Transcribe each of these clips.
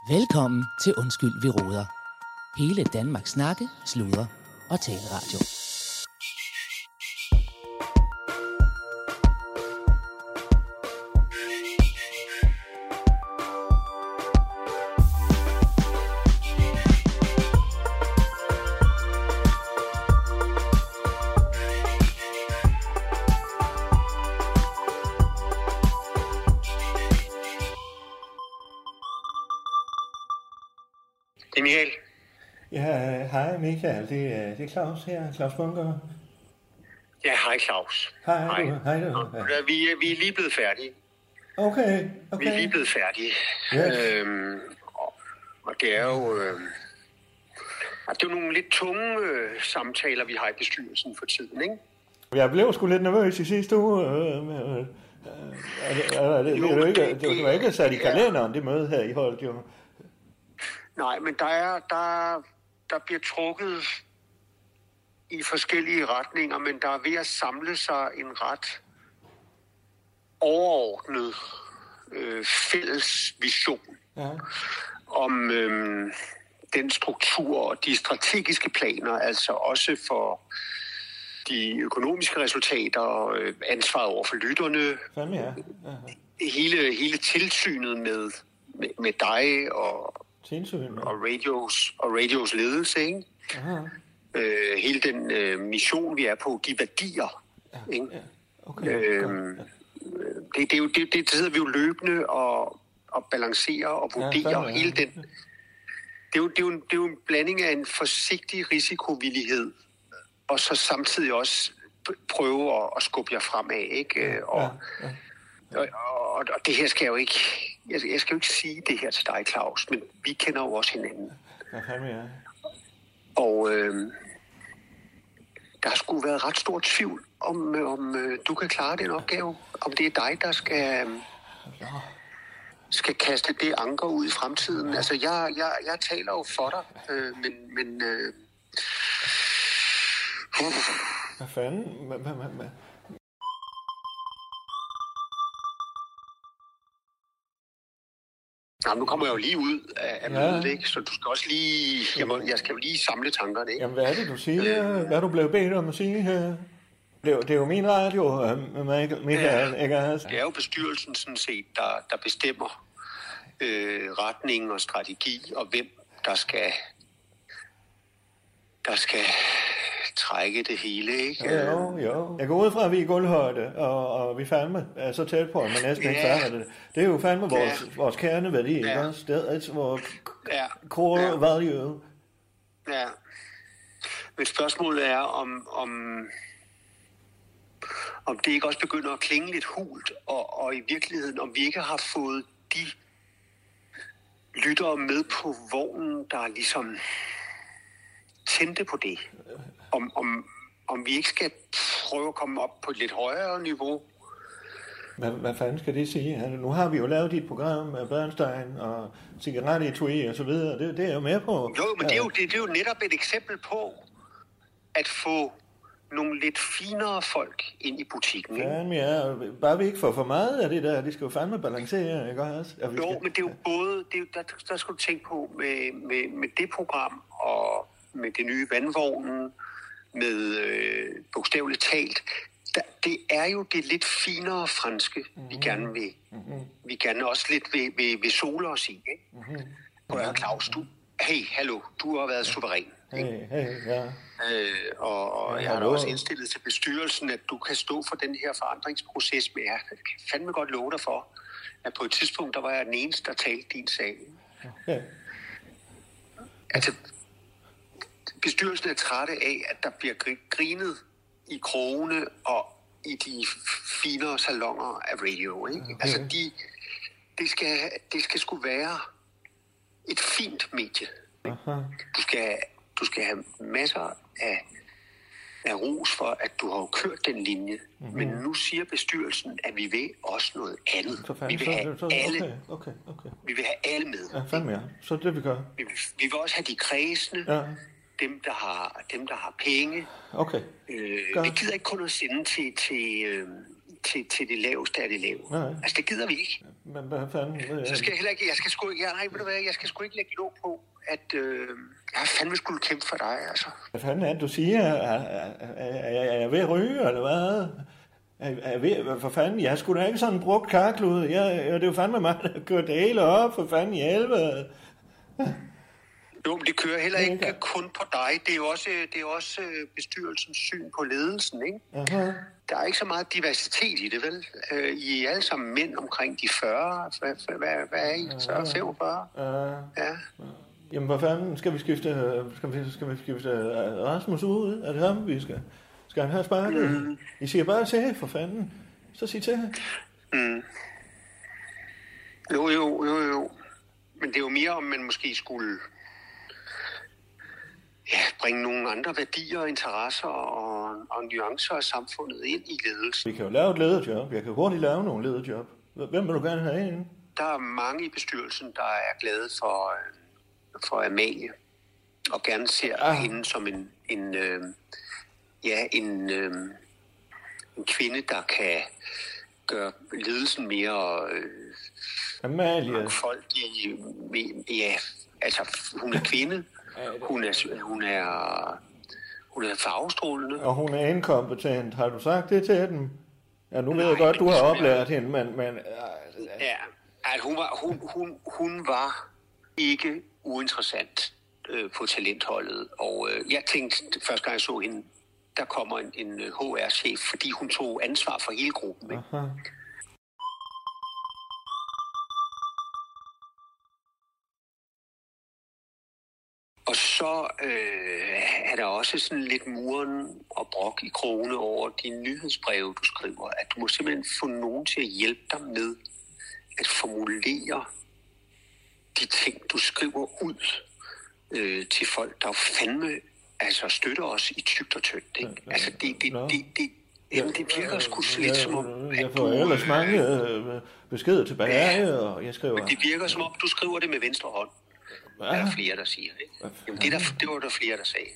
Velkommen til Undskyld, vi råder. Hele Danmarks snakke, sludre og taleradio. Det er Michael. Ja, hej Michael, det er Claus her, Claus Bunker. Ja, hej Claus. Hej du. Ja. Vi er lige blevet færdige. Okay. Vi er lige blevet færdige. Yes. Og det er jo... det er jo nogle lidt tunge samtaler, vi har i bestyrelsen for tiden, ikke? Jeg blev sgu lidt nervøs i sidste uge. Det var ikke sat i kalenderen, det møde her i holdet, jo. Nej, men der bliver trukket i forskellige retninger, men der er ved at samle sig en ret overordnet fælles vision om den struktur og de strategiske planer, altså også for de økonomiske resultater og ansvaret over for lytterne. Hele tilsynet med dig og radios ledelse, ikke? Hele den mission, vi er på, de værdier, ikke? Det sidder vi jo løbende og balancerer og vurderer hele den. Det er jo en blanding af en forsigtig risikovillighed, og så samtidig også prøve at skubbe jer fremad, ikke? Og det her skal jeg jo ikke... Jeg skal jo ikke sige det her til dig, Claus, men vi kender jo også hinanden. Og der har sgu været ret stor tvivl om du kan klare den opgave. Om det er dig, der skal kaste det anker ud i fremtiden. Altså, jeg taler jo for dig, men Hvad fanden? Hvad? Jamen, nu kommer jeg jo lige ud af mødet, ikke? Så du skal også lige... Jeg skal jo lige samle tankerne, ikke? Jamen, hvad er det, du siger? Hvad er du blevet bedt om at sige her? Det er jo min radio, Michael, ikke? Det er jo bestyrelsen sådan set, der bestemmer retning og strategi, og hvem der skal trække det hele, ikke? Jo. Jeg går ud fra, at vi er i gulvhøjde, og vi fandme er så tæt på, at man næsten ikke fanger det. Det er jo fandme vores kerneværdi, ikke også? Det er altså vores core value. Ja. Men spørgsmålet er, om det ikke også begynder at klinge lidt hult, og i virkeligheden, om vi ikke har fået de lyttere med på vognen, der ligesom tændte på det. Om vi ikke skal prøve at komme op på et lidt højere niveau. Hvad fanden skal det sige? Nu har vi jo lavet dit program med Bernstein og cigarettetui og så videre. Det er jeg jo med på. Jo, men det er jo netop et eksempel på at få nogle lidt finere folk ind i butikken. Ikke? Bare vi ikke får for meget af det der. De skal jo fandme balancere, ikke også? Men det er jo både... Der skal du tænke på med det program og med det nye vandvognen, med bogstaveligt talt, det er jo det lidt finere franske, vi gerne vil. Vi gerne også lidt vil sole os i, ikke? Og Claus, hallo, du har været suveræn. Og jeg har da også indstillet til bestyrelsen, at du kan stå for den her forandringsproces, men jeg kan fandme godt love dig for, at på et tidspunkt, der var jeg den eneste, der talte din sag. Altså, bestyrelsen er trætte af, at der bliver grinet i krogene og i de finere salonger af radio, ikke? Altså, det skal sgu være et fint medie. Du skal have masser af ros for, at du har kørt den linje. Men nu siger bestyrelsen, at vi vil også noget andet. Vi vil have alle. Vi vil have alle med. Så det vi gør. Vi vil også have de kredsende. Dem, der har penge. Okay. Vi gider ikke kun at sende til det laveste af det lave. Nej. Altså, det gider vi ikke. Men hvad fanden? Så skal jeg heller ikke, jeg skal sgu ikke lægge låg på, at jeg fandme skulle kæmpe for dig, altså. Hvad fanden er det, du siger? Er jeg ved at ryge, eller hvad? For fanden, jeg skulle da ikke sådan brugt karklud. Det er jo fandme mig, der kører det hele op, for fanden i helvede. Jo, men det kører heller ikke kun på dig. Det er jo også bestyrelsens syn på ledelsen, ikke? Aha. Der er ikke så meget diversitet i det, vel? I er alle sammen mænd omkring de 40. Hvad er I? 45? Ja. Jamen, hvad fanden? Skal vi skifte Rasmus ud? Er det ham, vi skal? Skal han have sparket? I siger bare til, for fanden. Så sig til. Jo. Men det er jo mere, om man måske skulle bringe nogle andre værdier, interesser og nuancer af samfundet ind i ledelsen. Vi kan jo lave et lederjob. Jeg kan hurtigt lave nogle lederjob. Hvem vil du gerne have ind? Der er mange i bestyrelsen, der er glade for Amalie, og gerne ser hende som en kvinde, der kan gøre ledelsen mere mangfoldig. Ja, altså hun er kvinde. Hun er farvestrålende. Og hun er inkompetent. Har du sagt det til den? Ja, nu ved jeg godt, du har oplært hende, men... Ja, altså hun var ikke uinteressant på talentholdet, og jeg tænkte, første gang jeg så hende, der kommer en HR-chef, fordi hun tog ansvar for hele gruppen, ikke? Aha. Og så er der også sådan lidt muren og brok i krone over de nyhedsbreve, du skriver. At du må simpelthen få nogen til at hjælpe dig med at formulere de ting, du skriver ud til folk, der fandme støtter os i tykt og tyndt. Ikke? Altså, det virker sgu lidt som om... Jeg får ellers mange beskeder tilbage, og jeg skriver... Men det virker som om, du skriver det med venstre hånd. Der er flere, der siger det. Jamen, det var der flere, der sagde.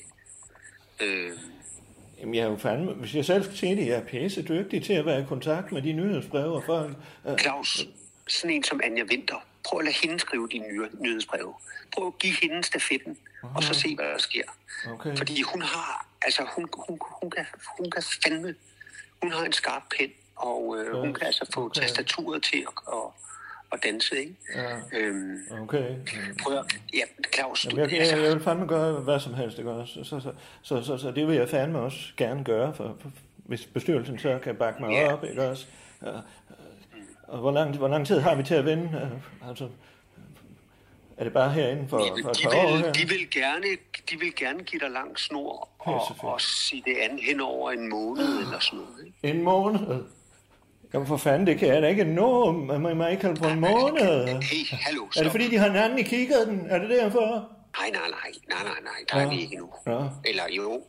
Jamen, jeg er jo fandme... Hvis jeg selv skal sige det, jeg er pisse dygtig til at være i kontakt med de nyhedsbreve og folk. Claus, sådan en som Anja Winter, prøv at lade hende skrive de nyhedsbreve. Prøv at give hende stafetten, og så se, hvad der sker. Okay. Fordi hun har... Altså, hun kan fandme... Hun har en skarp pen, og hun kan få tastaturet til at danse, ikke? Ja. Okay. Prøv at... Ja, Claus... Jamen, jeg vil fandme gøre hvad som helst, ikke også? Så det vil jeg fandme også gerne gøre, for hvis bestyrelsen så kan bakke mig op, ikke også? Og hvor lang tid har vi til at vende? Altså, er det bare herinde for et par år her? De vil gerne give dig lang snor og sige det an hen over en måned eller sådan noget, ikke? En måned? Jamen for fanden, det kan jeg da ikke nå. Man må ikke kalde på en måned. Hey, hallo. Er det fordi, de har en anden i kikkerten? Er det derfor? Nej. Der er vi ikke nu. Ja. Eller jo.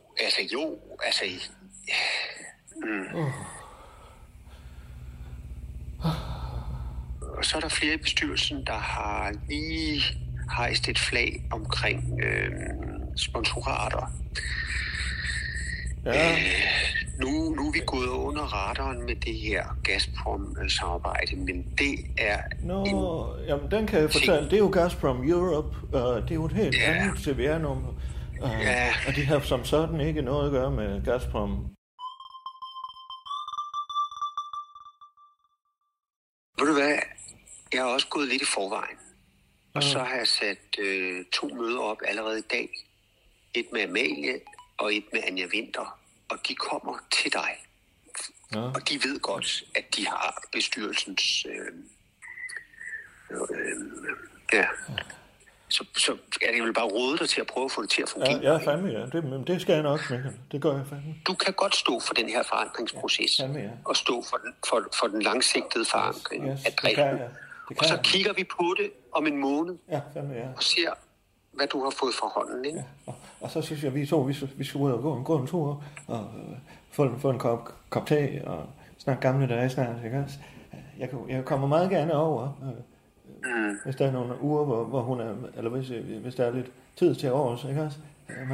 Og så er der flere i bestyrelsen, der har lige hejst et flag omkring sponsorater. Ja. Nu er vi gået under radaren med det her Gazprom-samarbejde, men det er... Jamen den kan jeg fortælle. Det er jo Gazprom Europe. Det er jo et helt andet CVR-nummer. Og de har som sådan ikke noget at gøre med Gazprom. Ved du hvad? Jeg har også gået lidt i forvejen. Og så har jeg sat 2 møder op allerede i dag. Et med Amalie og et med Anja Winter. Og de kommer til dig. Og de ved godt, at de har bestyrelsens... Så er det vel bare råde dig til at prøve at få det til at fungere. Ja, fandme. Det skal jeg nok, Michael. Det gør jeg fandme. Du kan godt stå for den her forandringsproces. Og stå for den langsigtede forankring af driften. Og så kigger vi på det om en måned. Ja, fandme, og ser, hvad du har fået fra hånden, ikke? Ja. Og så synes jeg, vi skal ud og gå en tur og få en kop te og snakke gamle dage snart, ikke også? Jeg kommer meget gerne over, hvis der er nogle uger, hvor hun er, eller hvis der er lidt tid til års, ikke også?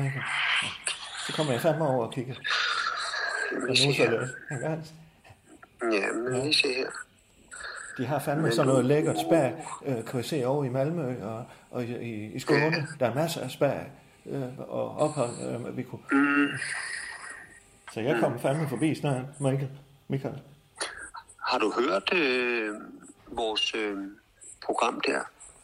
Så kommer jeg fandme over og kigger. Og nu så det, ikke også? Ja, men lige se her. De har fandme sådan noget lækkert spa, kan vi se over i Malmø og i Skåne. Ja. Der er masser af spa og ophold, vi kunne. Så jeg kommer fandme forbi snart, Michael. Har du hørt vores program der?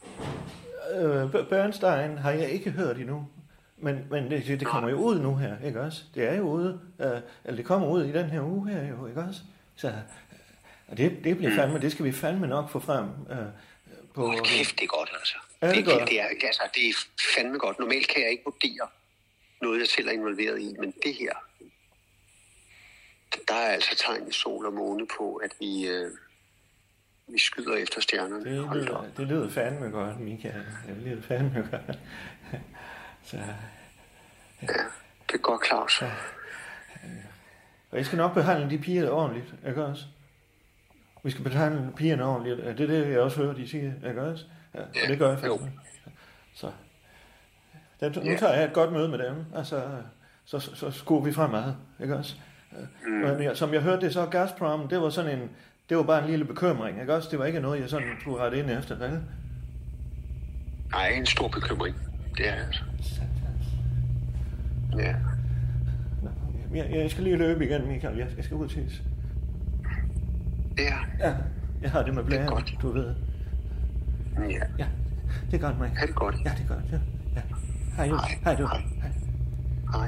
Bernstein har jeg ikke hørt endnu. Men det kommer jo ud nu her, ikke også? Det er jo ude, eller det kommer ud i den her uge her jo, ikke også? Så og det bliver fandme, det skal vi fandme nok få frem på. Kæft, det er godt, altså. Ja, det er fandme godt. Normalt kan jeg ikke vurdere noget, jeg selv er involveret i, men det her, der er altså tegn i sol og måne på, at vi skyder efter stjernerne. Det lyder fandme godt, Michael. Det lyder fandme godt. Så, ja, det er godt, Claus. Og jeg skal nok behandle de piger ordentligt, ikke også? Vi skal behandle pigerne ordentligt. Det er det, jeg også hører, de siger, ikke også? Ja, og det gør jeg faktisk. Så nu tager jeg et godt møde med dem, altså, så skuer vi fremad, ikke også? Men som jeg hørte det, så Gazprom, det var bare en lille bekymring, ikke også? Det var ikke noget, jeg sådan skulle rette ind efter, vel? Nej, en stor bekymring. Det er altså. Ja. Jeg skal lige løbe igen, Michael. Jeg skal ud til. Ja. Jeg har det med blæren, du ved. Ja. Det er godt, Mike. Er det godt? Ja, det er godt. Ja. Hej du. Hej.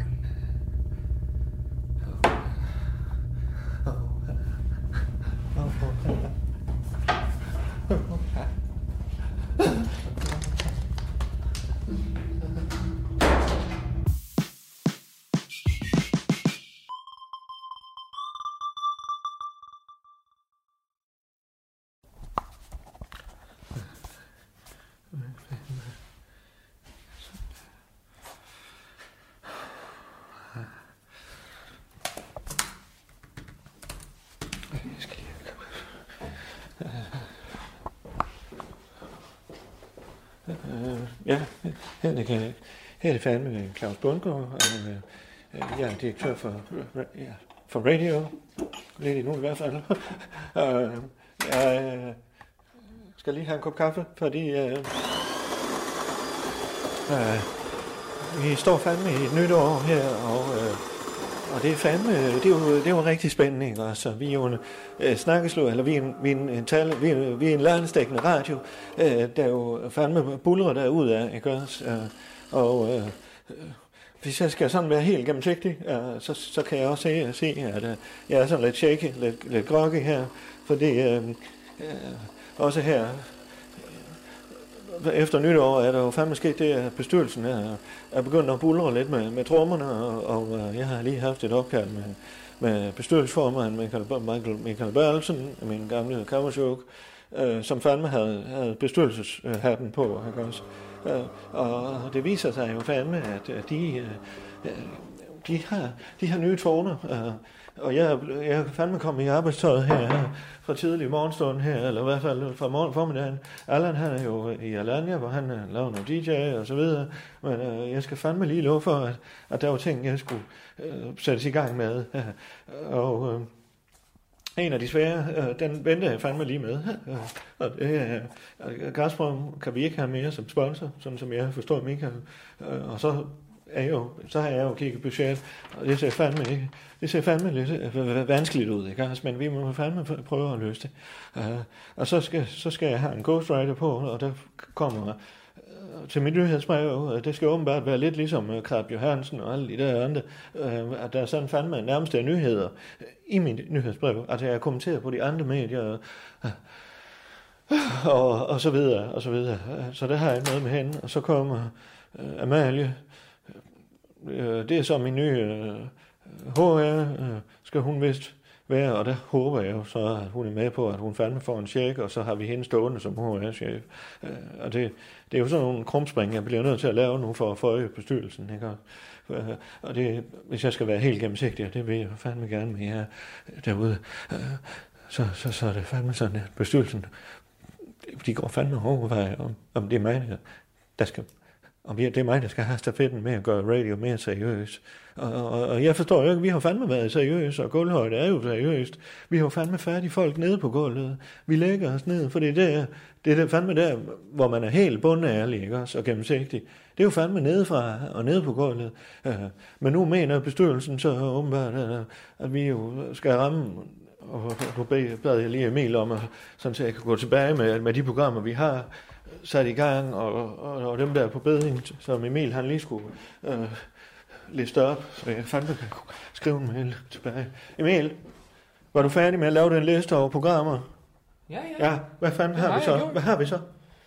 Ja, her er det fandme Claus Bundgaard, og jeg er direktør for radio, lidt endnu i hvert fald. Jeg skal lige have en kop kaffe, fordi vi står fandme i et nyt år her, og det er fandme, det er jo rigtig spændende, ikke? Altså, vi er jo en snakkeslå, eller vi er en landsdækkende radio, der jo fandme buldrer derude af, ikke også? Hvis jeg skal sådan være helt gennemsigtig, så kan jeg også se, at jeg er sådan lidt shaky, lidt groggy her, fordi også her, efter nytår er der jo fandme sket det, at bestyrelsen er begyndt at buldre lidt med trommerne, og jeg har lige haft et opkald med bestyrelsesformand Michael Berlsen, min gamle kammerchok, som fandme havde bestyrelseshatten på, ikke også? Og det viser sig jo fandme, at de har nye toner, og jeg kan fandme komme i arbejdstøjet her fra tidlig morgenstund her, eller i hvert fald fra formiddagen. Allan, han er jo i Alanya, hvor han laver noget DJ og så videre, men jeg skal fandme lige love for, at der var ting, jeg skulle sættes i gang med. Og en af de svære, den venter jeg fandme lige med. Og Gazprom kan vi ikke have mere som sponsor, sådan som jeg forstår Michael. Og så har jeg jo kigget budget, og det ser fandme lidt vanskeligt ud, ikke? Men vi må fandme prøve at løse det. Og så skal jeg have en ghostwriter på, og der kommer til mit nyhedsbrev, det skal åbenbart være lidt ligesom Krab Johansen og alle de der andre, at der er sådan fandme nærmest nyheder i mit nyhedsbrev, at jeg kommenterer på de andre medier, og så videre, og så videre. Så der har jeg noget med hende, og så kommer Amalie, det er så min nye HR, skal hun vist være, og der håber jeg jo så, at hun er med på, at hun fandme får en check, og så har vi hende stående som HR-chef. Og det er jo sådan nogle krumspring, jeg bliver nødt til at lave nu for at forøge bestyrelsen, ikke? Og det, hvis jeg skal være helt gennemsigtig, og det vil jeg fandme gerne med jer derude, så er det fandme sådan, at bestyrelsen, de går fandme overveje, om det er mig, der skal Og det er mig, der skal have stafetten med at gøre radio mere seriøs. Og jeg forstår jo ikke, vi har fandme været seriøse, og gulvhøjde er jo seriøst. Vi har jo fandme færdige folk nede på gulvet. Vi lægger os ned, for det er fandme der, hvor man er helt bundærlig, ikke også, og gennemsigtig. Det er jo fandme nedefra og nede på gulvet. Men nu mener bestyrelsen så åbenbart, at vi jo skal ramme, og nu bad jeg lige Emil om, sådan så jeg kan gå tilbage med de programmer, vi har sat i gang, og dem der på bedring, som Emil han lige skulle liste op, så jeg fandme kan skrive en mail tilbage. Emil, var du færdig med at lave den liste over programmer? Ja, hvad fanden har vi så? Hvad har vi så?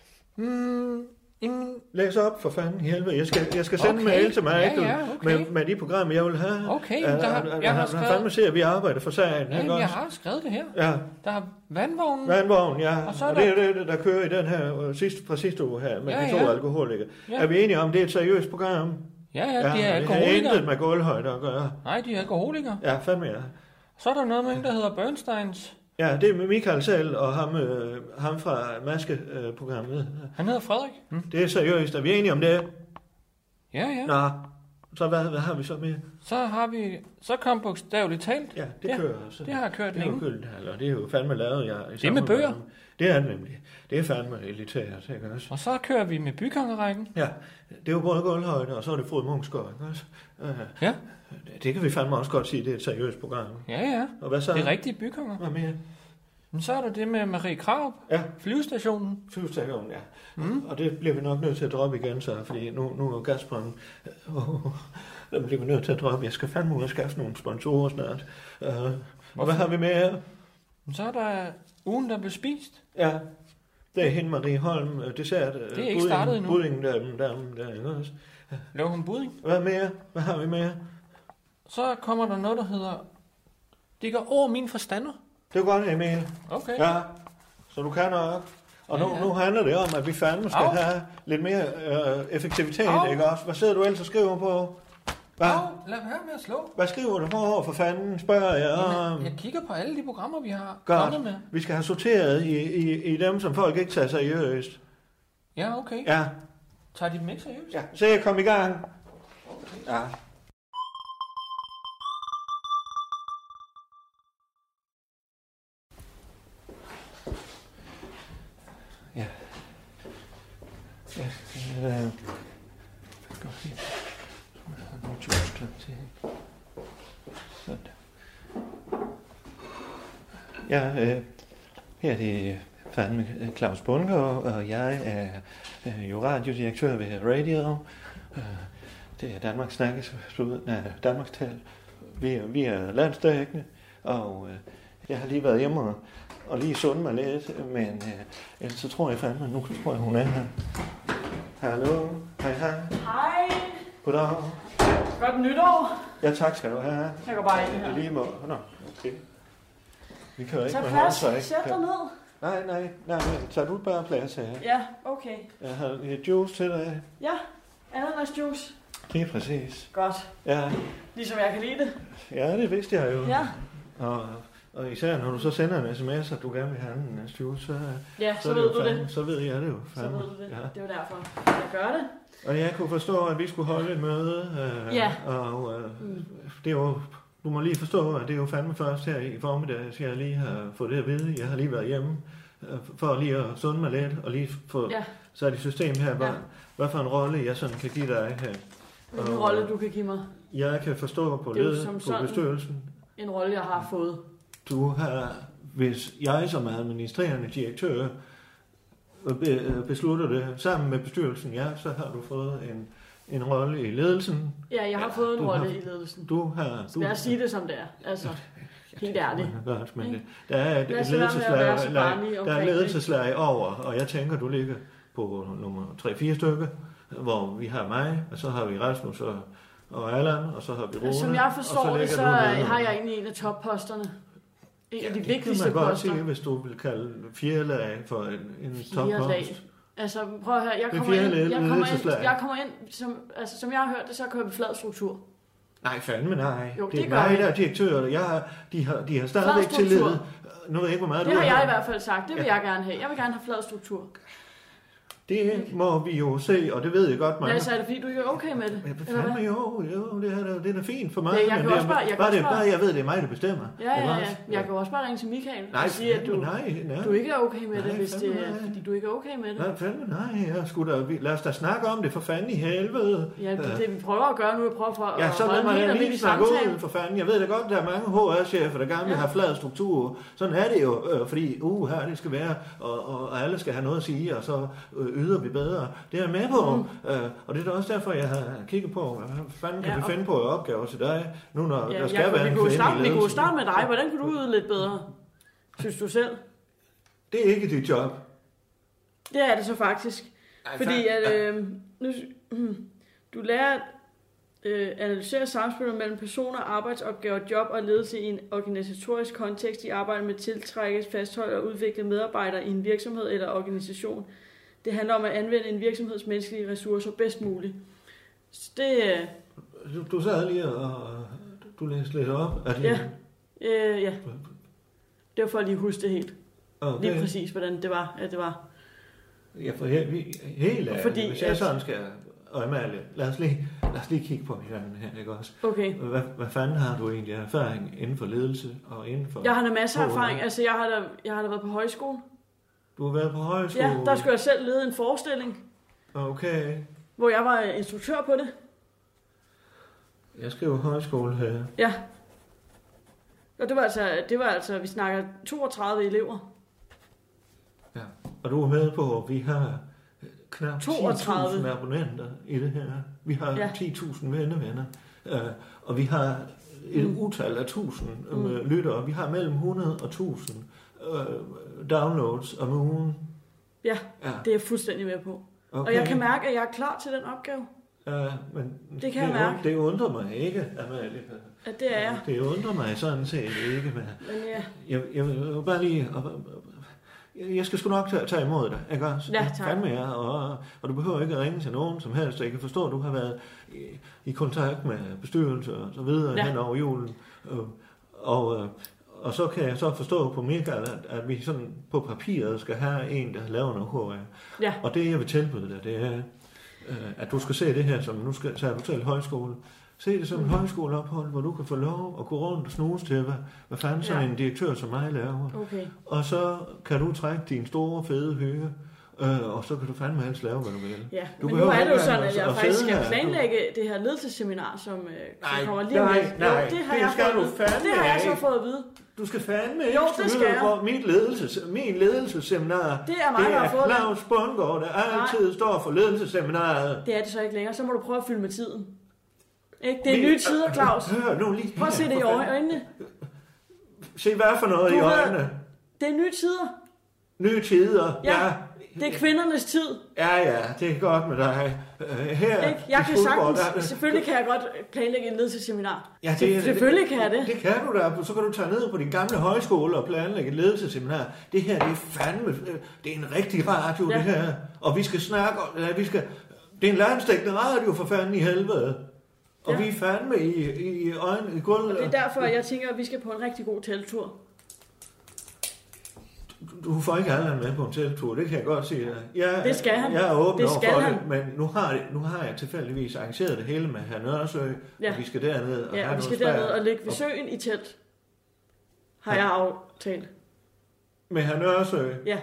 Læs op for fanden i helvede. Jeg skal sende en mail til mig med de programmer, jeg vil have. Okay, jeg har skrevet... fandme se, at vi arbejder for sagen. Jamen, jeg har skrevet det her. Ja. Der er vandvognen. Vandvognen, ja. Og det er det, der kører i den her sidste uge her med de to alkoholikere. Ja. Er vi enige om, det er et seriøst program? Ja, de er alkoholikere. Det har intet med gulvhøjde at gøre. Nej, de er alkoholikere. Ja, fandme ja. Så er der noget med en, der hedder Bernsteins. Ja, det er med Michael selv og ham fra Maske-programmet. Han hedder Frederik. Det er seriøst. Er vi enige om det? Ja. Nå, så hvad har vi så med? Så kom bogstaveligt talt. Ja, det kører. Så det har kørt længe. Det er jo fandme lavet. Det er med bøger. Det er det nemlig. Det er fandme elitært, ikke også? Og så kører vi med bykongerækken. Ja, det er jo både gulvhøjde, og så er det Frode Munksgaard, ikke også? Ja. Det kan vi fandme også godt sige, det er et seriøst program. Ja. Og hvad så? Det er rigtige bykonger. Hvad mere? Men så er der det med Marie Krarup. Ja. Flyvestationen. Flyvestationen, ja. Og det bliver vi nok nødt til at droppe igen, så, fordi nu er Gazprom... den bliver vi nødt til at droppe. Jeg skal fandme ud og skaffe nogle sponsorer snart. Og hvad har vi med her? Så er der ugen, der blev spist. Ja, det er hende Marie Holm, dessert. Det er ikke startet endnu. Budding der, ikke også? Laver hun budding? Hvad mere? Hvad har vi med? Så kommer der noget, der hedder... Det går over min forstander. Det er godt, Emil. Okay. Ja, så du kan nok. Og nu handler det om, at vi fandme skal have lidt mere effektivitet, ikke også? Hvad sidder du ellers og skriver på? Lad være med at slå. Hvad skriver du på for fanden, spørger jeg om? Jeg kigger på alle de programmer, vi har kommet med. Vi skal have sorteret i dem, som folk ikke tager seriøst. Ja, okay. Ja. Tager de dem ikke seriøst? Ja, så jeg kom i gang. Okay. Ja. Her er det fandme Claus Bundgaard, og jeg er jo radiodirektør ved Radio. Det er Danmarks Tal. Vi er landsdækkende, og jeg har lige været hjemme og lige sundet mig lidt, men ellers så tror jeg fandme, nu tror jeg, hun er her. Hallo, hej. Hej. Goddag. Godt nytår. Ja, tak skal du have. Jeg går bare ind her. Lige må. Nå, okay. Vi kan jo ikke... Tag plads. Sæt dig ned. Nej, tager du bare plads her? Ja, okay. Jeg har lidt juice til dig. Ja, ananasjuice. Det er præcis. Godt. Ja. Ligesom jeg kan lide det. Ja, det vidste jeg jo. Ja. Og især når du så sender en sms, at du gerne vil have en juice, så ved du det. Så ved jeg det jo. Så ved du det. Ja. Det er jo derfor, jeg gør det. Og jeg kunne forstå, at vi skulle holde et møde. Og det er jo... Du må lige forstå, at det er jo fandme først her i formiddag, så jeg lige har fået det at vide. Jeg har lige været hjemme for lige at sunde mig lidt, og lige få sat i system her, hvad for en rolle jeg sådan kan give dig her. Hvilken rolle du kan give mig? Jeg kan forstå på bestyrelsen. En rolle, jeg har fået. Du har, hvis jeg som administrerende direktør beslutter det sammen med bestyrelsen, så har du fået en rolle i ledelsen. Ja, jeg har fået en rolle i ledelsen. Lad os sige det, som det er. Altså, helt ærligt. Godt, men der er et ledelseslag over, og jeg tænker, du ligger på nummer 3-4 stykker, hvor vi har mig, og så har vi Rasmus og Allan, og så har vi Rune. Som jeg forstår det, så har jeg egentlig en af topposterne. En af de vigtigste poster. Det kan man godt sige, hvis du vil kalde fjerdelag for en toppost. Altså, prøv at høre, jeg kommer ind som jeg har hørt det, så kører vi flad struktur. Nej, fandme nej. Jo, det er mig, der er direktør, og de har stadigvæk tillid. Nu ved jeg ikke, hvor meget det har jeg i hvert fald sagt, det vil jeg gerne have. Jeg vil gerne have flad struktur. Det må vi jo se, og det ved jeg godt, mange. Ja, så er det fordi, du ikke er okay med det? Fandme jo, det er da fint for mig. Ja, jeg kan også bare... Jeg ved, det er mig, der bestemmer. Ja. Jeg kan også bare ringe til Michael og sige, at du ikke er okay med det, hvis det er, fordi du ikke er okay med det. Nej, fandme nej. Lad os da snakke om det, for fanden i helvede. Ja, det vi prøver at gøre nu, vi prøver at ja, så lad mig lige snakke ud, for fanden. Jeg ved da godt, der er mange HR-chefer, der gerne vil have flad struktur. Sådan er det jo, fordi her det skal være, og alle skal have noget at sige, og så yder vi bedre. Det er jeg med på, og det er også derfor, jeg har kigget på, hvad fanden kan vi finde på opgaver til dig, nu når der skal være en kvinde i ledelsen. Vi kunne starte med dig. Hvordan kunne du yde lidt bedre, synes du selv? Det er ikke dit job. Det er det så faktisk. Fordi at, du lærer at analysere samspillet mellem personer, arbejdsopgaver, job og ledelse i en organisatorisk kontekst i arbejde med tiltrække, fastholde og udvikle medarbejdere i en virksomhed eller organisation. Det handler om at anvende en virksomheds menneskelige ressourcer bedst muligt. Så det... Du sad lige og du læste lidt op. Ja. Det var for at lige huske det helt. Okay. Lige præcis, hvordan det var. At det var. Ja, for helt ærligt, hvis jeg sådan skal øjemærke, lad os lige kigge på hinanden her, ikke også? Okay. Hvad fanden har du egentlig erfaring inden for ledelse og inden for... Jeg har da masser af erfaring. Altså, jeg har da været på højskole. Du har været på højskole? Ja, der skulle jeg selv lede en forestilling. Okay. Hvor jeg var instruktør på det. Jeg skriver højskole her. Ja. Og det var altså, vi snakker 32 elever. Ja, og du er med på, at vi har knap 10.000 abonnenter i det her. Vi har 10.000 venner. Og vi har et utal af 1.000 lyttere. Vi har mellem 100 og 1.000 downloads om ugen. Ja, det er jeg fuldstændig med på. Okay. Og jeg kan mærke, at jeg er klar til den opgave. Ja, men det kan jeg mærke. Det undrer mig ikke, Amalie. Ja, det er jeg. Det undrer mig sådan set ikke. Men jeg vil bare lige... Jeg skal sgu nok tage imod dig, ikke også? Ja, tak. Med jer, og du behøver ikke at ringe til nogen som helst. Jeg kan forstå, at du har været i kontakt med bestyrelse og så videre hen over julen. Og så kan jeg så forstå på Michael, at vi sådan på papiret skal have en, der laver noget HR. Ja. Og det, jeg vil tilbyde dig, det er, at du skal se det her, som nu skal du til højskole. Se det som en højskoleophold, hvor du kan få lov at gå rundt og snuse til, hvad fanden sådan en direktør som mig laver. Okay. Og så kan du trække din store, fede hygge, og så kan du fandme helst lave, hvad du vil. Ja, men nu er det jo sådan, at jeg faktisk skal planlægge det her ledelsesseminar, som kommer lige med. Nej, det har jeg så fået at vide. Du skal fandme ikke stå på min ledelsesseminar. Det er mig, der har fået det. Det er Claus Bundgaard, der altid står for ledelsesseminaret. Det er det så ikke længere. Så må du prøve at fylde med tiden. Ikke? Det er nye tider, Claus. Hør nu lige. Prøv at se det i øjnene. Se hvad for noget i øjnene? Det er nye tider. Nye tider, ja. Det er kvindernes tid. Ja, det er godt med dig. Her jeg kan sagtens, selvfølgelig kan jeg godt planlægge en ledelsesseminar. Ja, selvfølgelig kan jeg det. Det kan du da. Så kan du tage ned på din gamle højskole og planlægge et ledelsesseminar. Det her, det er fandme, det er en rigtig radio, det her. Og vi skal snakke, det er en landsdækkende radio for fanden i helvede. Og vi er fandme i øjnene i gulvet. Og det er derfor, jeg tænker, at vi skal på en rigtig god teltur. Du får ikke Allan med på en teltur, det kan jeg godt sige. Det skal han. Jeg er åben over for det, men nu har jeg tilfældigvis arrangeret det hele med hr. Nørresø, og vi skal derned. Og vi skal derned og ligge ved søen i telt. Har jeg aftalt. Med hr. Nørresø? Ja.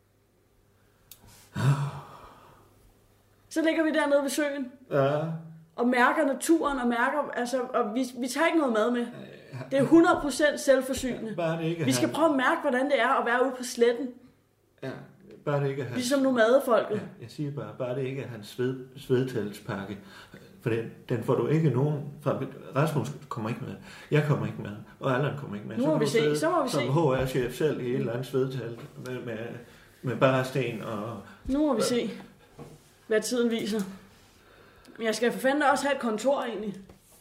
Så ligger vi dernede ved søen. Ja. Og mærker naturen, og vi tager ikke noget mad med. Det er 100% selvforsynende. Vi skal prøve at mærke, hvordan det er at være ude på sletten. Ja, bare det ikke er hans... Ligesom nomadefolket. Ja, jeg siger bare det ikke er hans svedtælspakke. For den får du ikke nogen fra. Rasmus kommer ikke med. Jeg kommer ikke med. Og Allan kommer ikke med. Nu må vi se. Så må vi se. Som HR-chef selv i et eller andet svedtælt med bare sten og... Nu må vi se, hvad tiden viser. Men jeg skal for fanden også have et kontor egentlig.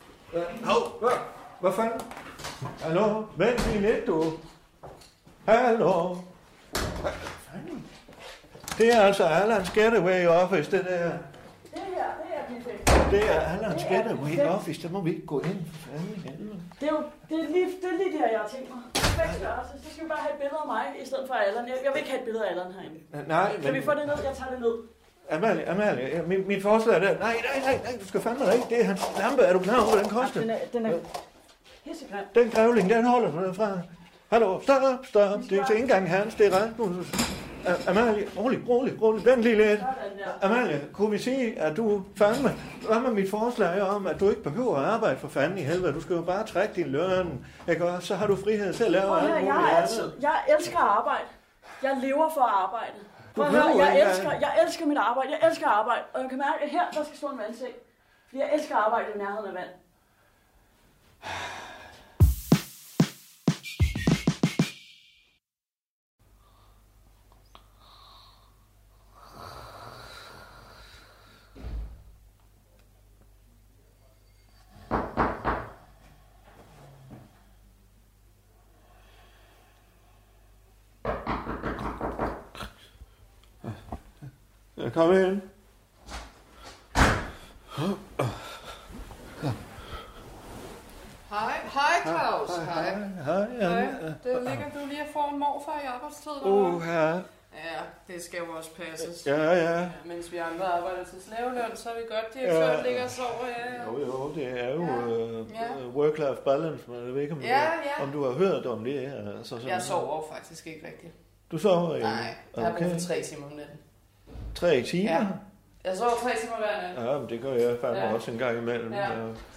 Hvad fanden? Hallo? Vent lige lidt, du. Hallo? Hvad fanden? Det er altså Allans Getaway Office, det der. Det er perfekt. Det er Allans Getaway Office, der må vi ikke gå ind. For fanden. Det er lige det her, jeg har tænkt mig. Perfekt størrelse. Så skal vi bare have et billede af mig, i stedet for Allan. Jeg vil ikke have et billede af Allan herinde. Nej, kan vi få det ned? Jeg tager det ned. Amalie, mit forslag er der. Nej, du skal fandme ikke. Det er hans lampe. Er du klar over, hvad den koster? Den er hissegrim. Den grævling, den holder du derfra. Hallo, stop. Det er ikke engang hans, det er Rasmus. Amalie, rolig. Vent lige lidt. Amalie, kunne vi sige, at du fandme... Hvad med mit forslag om, at du ikke behøver at arbejde for fanden i helvede? Du skal jo bare trække din løn, ikke også? Så har du frihed til at lave alt muligt andet. Jeg elsker at arbejde. Jeg lever for at arbejde. Jeg elsker mit arbejde. Jeg elsker at arbejde. Og jeg kan mærke, at her, der skal stå en vandsæk. Fordi jeg elsker at arbejde i nærheden af vand. Kom ind. Hej Claus. Hej. Det ligger du lige at få en morfar i arbejdstid. Ja, det skal jo også passes. Ja. Mens vi andre arbejder til slaveløn, så er vi godt direktøren ligger og sover. Jo, det er jo work-life balance, men jeg ved ikke, om du har hørt om det. Altså, jeg sover jo faktisk ikke rigtigt. Du sover? Nej, jeg har brug for 3 timer om natten. 3 timer? Ja. Jeg sover 3 timer hver nat. Ja, men det gør jeg fandme også en gang imellem. Ja.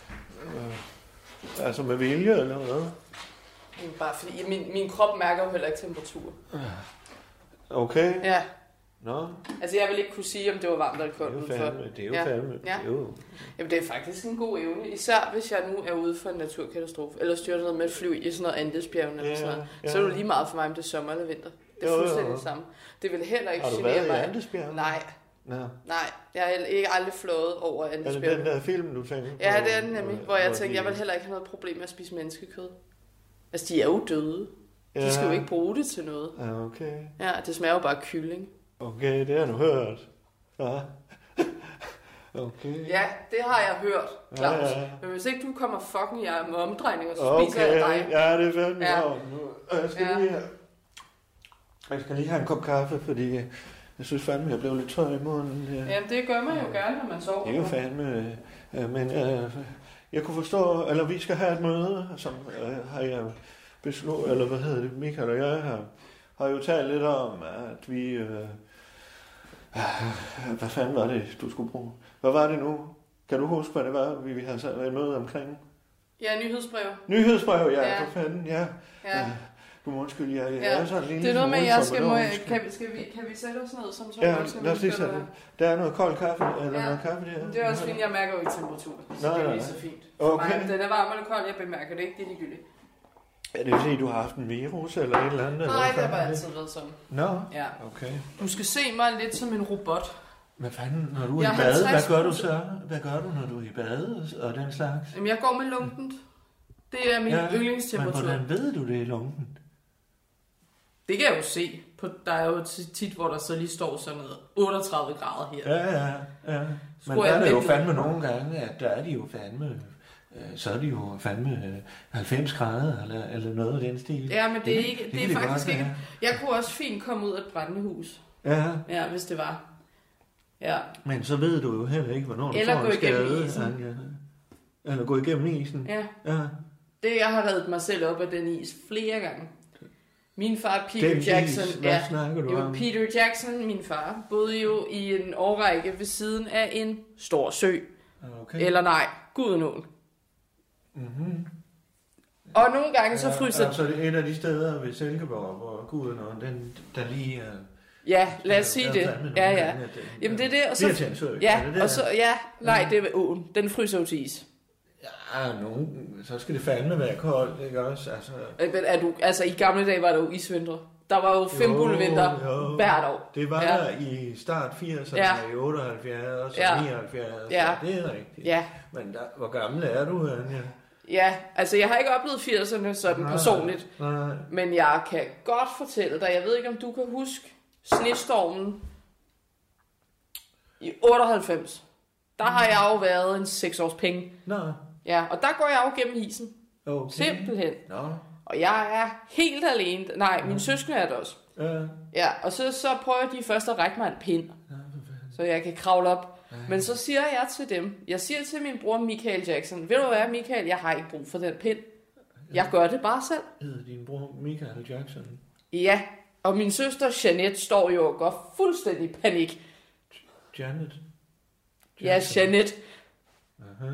Altså med vilje eller noget? Bare fordi min krop mærker jo heller ikke temperatur. Okay. Ja. Nå. Altså jeg vil ikke kunne sige, om det var varmt eller koldt udenfor. Det er jo fandme. Ja. Jamen det er faktisk en god evne. Især hvis jeg nu er ude for en naturkatastrofe. Eller styrter noget med et fly i sådan noget Andesbjergene eller sådan noget. Så er det lige meget for mig, om det er sommer eller vinter. Det er fuldstændig det samme. Det vil heller ikke genere mig. Har du været i Andesbjergene? Nej. Nej, jeg har ikke aldrig flået over Andesbjergene. Er det den der film, du tænker på? Ja, det er den nemlig. Hvor jeg tænkte, jeg vil heller ikke have noget problem med at spise menneskekød. Altså de er jo døde. De skal jo ikke bruge det til noget. Ja, okay. Ja, det smager jo bare kylling. Okay, det har du hørt. Ja. Okay. Ja, det har jeg hørt, Claus. Ja. Men hvis ikke du kommer fucking med omdrejninger, så spiser jeg dig. Ja, det er fandme Jeg skal lige have en kop kaffe, fordi jeg synes fandme, jeg blev lidt tør i munden. Jamen, det gør man jo gerne, når man sover. Det er jo fandme. Men jeg kunne forstå, eller vi skal have et møde, som har jeg besluttet, eller hvad hedder det, Michael og jeg har jo talt lidt om, at vi... hvad fanden var det, du skulle bruge? Hvad var det nu? Kan du huske, hvad det var, vi havde sat et møde omkring? Ja, nyhedsbrev. Nyhedsbrev, ja, for fanden, ja. Du må undskylde, jeg er sådan en lille... Det er noget med, jeg skal... Kan vi sætte os ned som så? Ja, lad os lige sætte det. Der er noget kold kaffe, eller noget kaffe der. Det er også fint, jeg mærker jo ikke temperatur. Så det er lige så fint. Okay. Den er varm eller kold, jeg bemærker det ikke, det er ligegyldigt. Er det fordi, du har haft en virus eller et eller andet? Nej, det har bare altid været sådan. Nå, ja. Okay. Du skal se mig lidt som en robot. Hvad fanden, når du er i bade, hvad gør du så? Hvad gør du, når du er i bade og den slags? Jamen, jeg går med lunkent. Det er min yndlingstemperatur. Men hvordan ved du det er lunkent? Det kan jeg jo se. Der er jo tit, hvor der så lige står sådan noget 38 grader her. Ja. Men der er det jo fandme nogle gange, at der er de jo fandme... Så er de jo fandme 90 grader eller noget af den stil. Ja, men det er ikke, det er faktisk ikke... Jeg kunne også fint komme ud af et brændende hus. Ja, hvis det var. Ja. Men så ved du jo heller ikke, hvornår du får en skade. Eller gå igennem isen. Ja. Jeg har reddet mig selv op af den is flere gange. Min far, Peter Jackson... Hvad snakker du om? Peter Jackson, min far, boede jo i en årrække ved siden af en stor sø. Okay. Eller nej, Gudenåen. Mm-hmm. Og nogle gange så fryser... Altså det er et af de steder ved Silkeborg, hvor Gudenåen, den lige er... Ja, lad os sige det. Ja. Jamen det er det, og så... Det er åen. Den fryser jo til is. Ja, så skal det fandme være koldt, ikke også? Altså i gamle dage var der jo isvintre. Der var jo 5 bullevinter hvert år. Det var der i start 80'erne, i 78 og 79. Ja, det er rigtigt. Ja. Men hvor gammel er du, Anja? Ja, altså jeg har ikke oplevet 80'erne sådan personligt. Nej. Men jeg kan godt fortælle dig, jeg ved ikke om du kan huske snestormen i 98. Der har jeg jo været en 6 års penge. Nej. Ja, og der går jeg jo gennem isen. Okay. Simpelthen. Nå. Og jeg er helt alene. Nej, mine søskende er det også. Ja, og så prøver de først at række mig en pind. så jeg kan kravle op. Men så siger jeg til dem, jeg siger til min bror Michael Jackson, ved du hvad Michael, jeg har ikke brug for den pind. Jeg gør det bare selv. Hedder din bror Michael Jackson? Ja, og min søster Jeanette står jo og går fuldstændig i panik. Janet? Ja, Jeanette. Aha.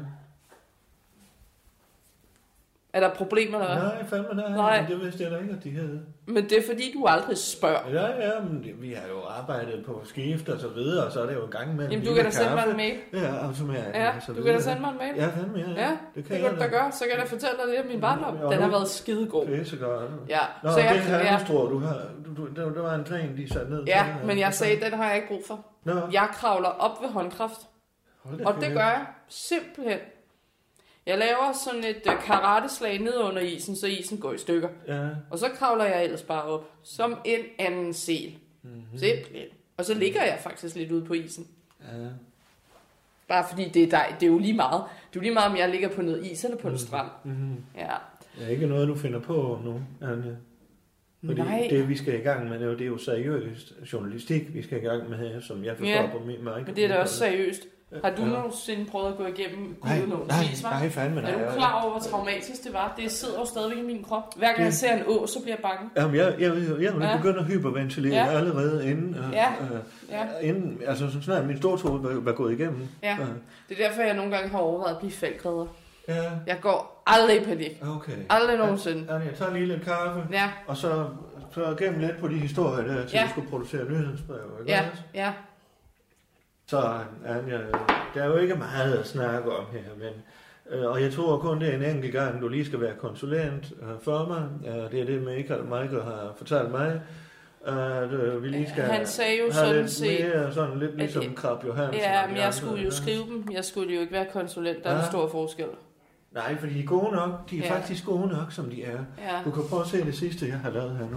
Er der problemer, eller hvad? Nej, fandme nej. Nej. Det vidste jeg da ikke, at de havde. Men det er fordi, du aldrig spørger. Ja, men vi har jo arbejdet på skift og så videre, og så er det jo en gang med. Jamen, du kan da sende mig en mail. Ja, og så med. Ja, du kan da sende mig en mail. Ja, fandme, ja. Det kan du da gøre. Så kan jeg fortælle dig lidt om min barndom. Den har været skidegod. Det er så godt. Ja. Nå, så det jeg, handelsstrå, du har, der var en gren, de satte ned. Ja, men jeg sagde, den har jeg ikke brug for. Nå. Jeg kravler op ved håndkraft. Og det gør jeg simpelthen. Jeg laver sådan et karateslag ned under isen, så isen går i stykker. Ja. Og så kravler jeg ellers bare op, som en anden sel. Mm-hmm. Simpelthen. Og så ligger jeg faktisk lidt ude på isen. Ja. Bare fordi det er jo lige meget. Det er jo lige meget, om jeg ligger på noget is eller på en strand. Mm-hmm. Ja. Det er ikke noget, du finder på nu, Anja. Fordi nej. Det, vi skal i gang med, det er jo seriøst journalistik, vi skal i gang med her, som jeg forstår på mig. Men det er da også seriøst. Har du nogensinde prøvet at gå igennem gudenåens? Nej, fandme nej. Er du klar over, hvor traumatisk det var? Det sidder jo stadigvæk i min krop. Hver gang jeg ser en å, så bliver jeg bange. Jamen, jeg begynder at hyperventilere allerede inden. Inden, altså så snart min stortog var gået igennem. Ja, det er derfor, jeg nogle gange har overvejet at blive faldgræder. Ja. Jeg går aldrig i panik. Okay. Aldrig nogensinde. Jeg tager lige lidt kaffe, og så gennem lidt på de historier der, til du skulle producere nyhedsbrev. Ikke? Ja. Så Anja, der er jo ikke meget at snakke om her, men, og jeg tror kun, det er en enkelt gang, du lige skal være konsulent for mig. Det er det, Michael har fortalt mig. At vi lige skal han sagde jo have sådan lidt set, mere, sådan lidt ligesom Krab Johansen. Ja, men jeg skulle jo skrive dem. Jeg skulle jo ikke være konsulent. Der er en stor forskel. Nej, fordi de er gode nok. De er faktisk gode nok, som de er. Ja. Du kan prøve at se det sidste, jeg har lavet her nu.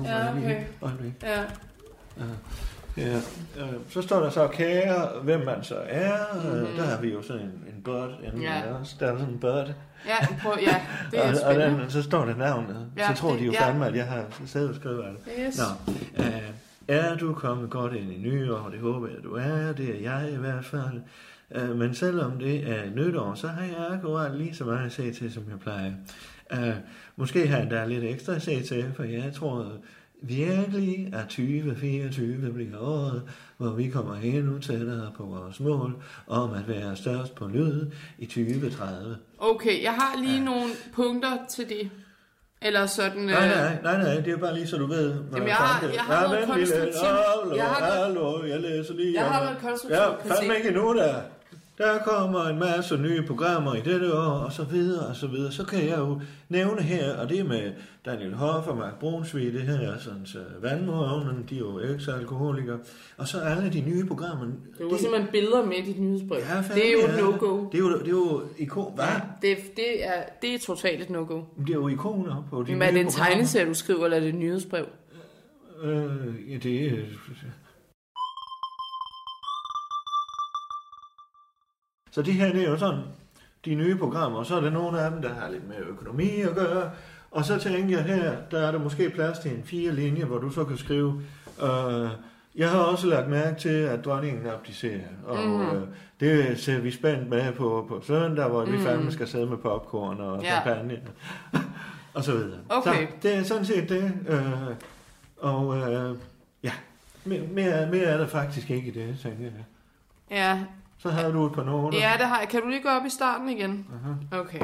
Ja, så står der så kære, hvem man så er. Der har vi jo sådan en bird inden også. Der er sådan en bird. Ja, det er spændende. Og så står der navnet. Så tror de jo fandme, at jeg har selv skrevet det. Yes. Nå, er du kommet godt ind i nyår? Det håber jeg, du er. Det er jeg i hvert fald. Men selvom det er nytår, så har jeg akkurat lige så meget at se til, som jeg plejer. Måske har jeg da lidt ekstra at se til, for jeg tror virkelig, at 2024 bliver året, hvor vi kommer endnu tættere på vores mål om at være størst på lyd i 2030. Okay, jeg har lige nogle punkter til det. Eller sådan... Nej, det er bare lige så du ved. Jamen, jeg har noget konstruktivt. Jeg læser lige. Jeg har noget konstruktivt. Ja, fandme ikke endnu der. Der kommer en masse nye programmer i dette år, og så videre, og så videre. Så kan jeg jo nævne her, og det er med Daniel Hoff og Mark Brunsvig, det her, sådan så vandmårene, de er jo eks-alkoholikere. Og så alle de nye programmer. Det er jo simpelthen billeder med i dit nyhedsbrev. Det er jo et no-go. Det er jo ikon. Hvad? Det er totalt et no-go. Det er jo ikoner på de nye programmer. Men er det en tegneserie, du skriver, eller er det et nyhedsbrev? Det er... Så det her, det er jo sådan, de nye programmer, og så er der nogle af dem, der har lidt med økonomi at gøre. Og så tænker jeg her, der er der måske plads til en 4 linje, hvor du så kan skrive, jeg har også lagt mærke til, at dronningen abdicerer. Og det ser vi spændt med på søndag, hvor vi fandme skal sidde med popcorn og champagne. Og så videre. Okay. Så det er sådan set det. Mere er der faktisk ikke i det, tænker jeg. Ja. Så har du et par noter. Ja, det har jeg. Kan du lige gå op i starten igen? Okay.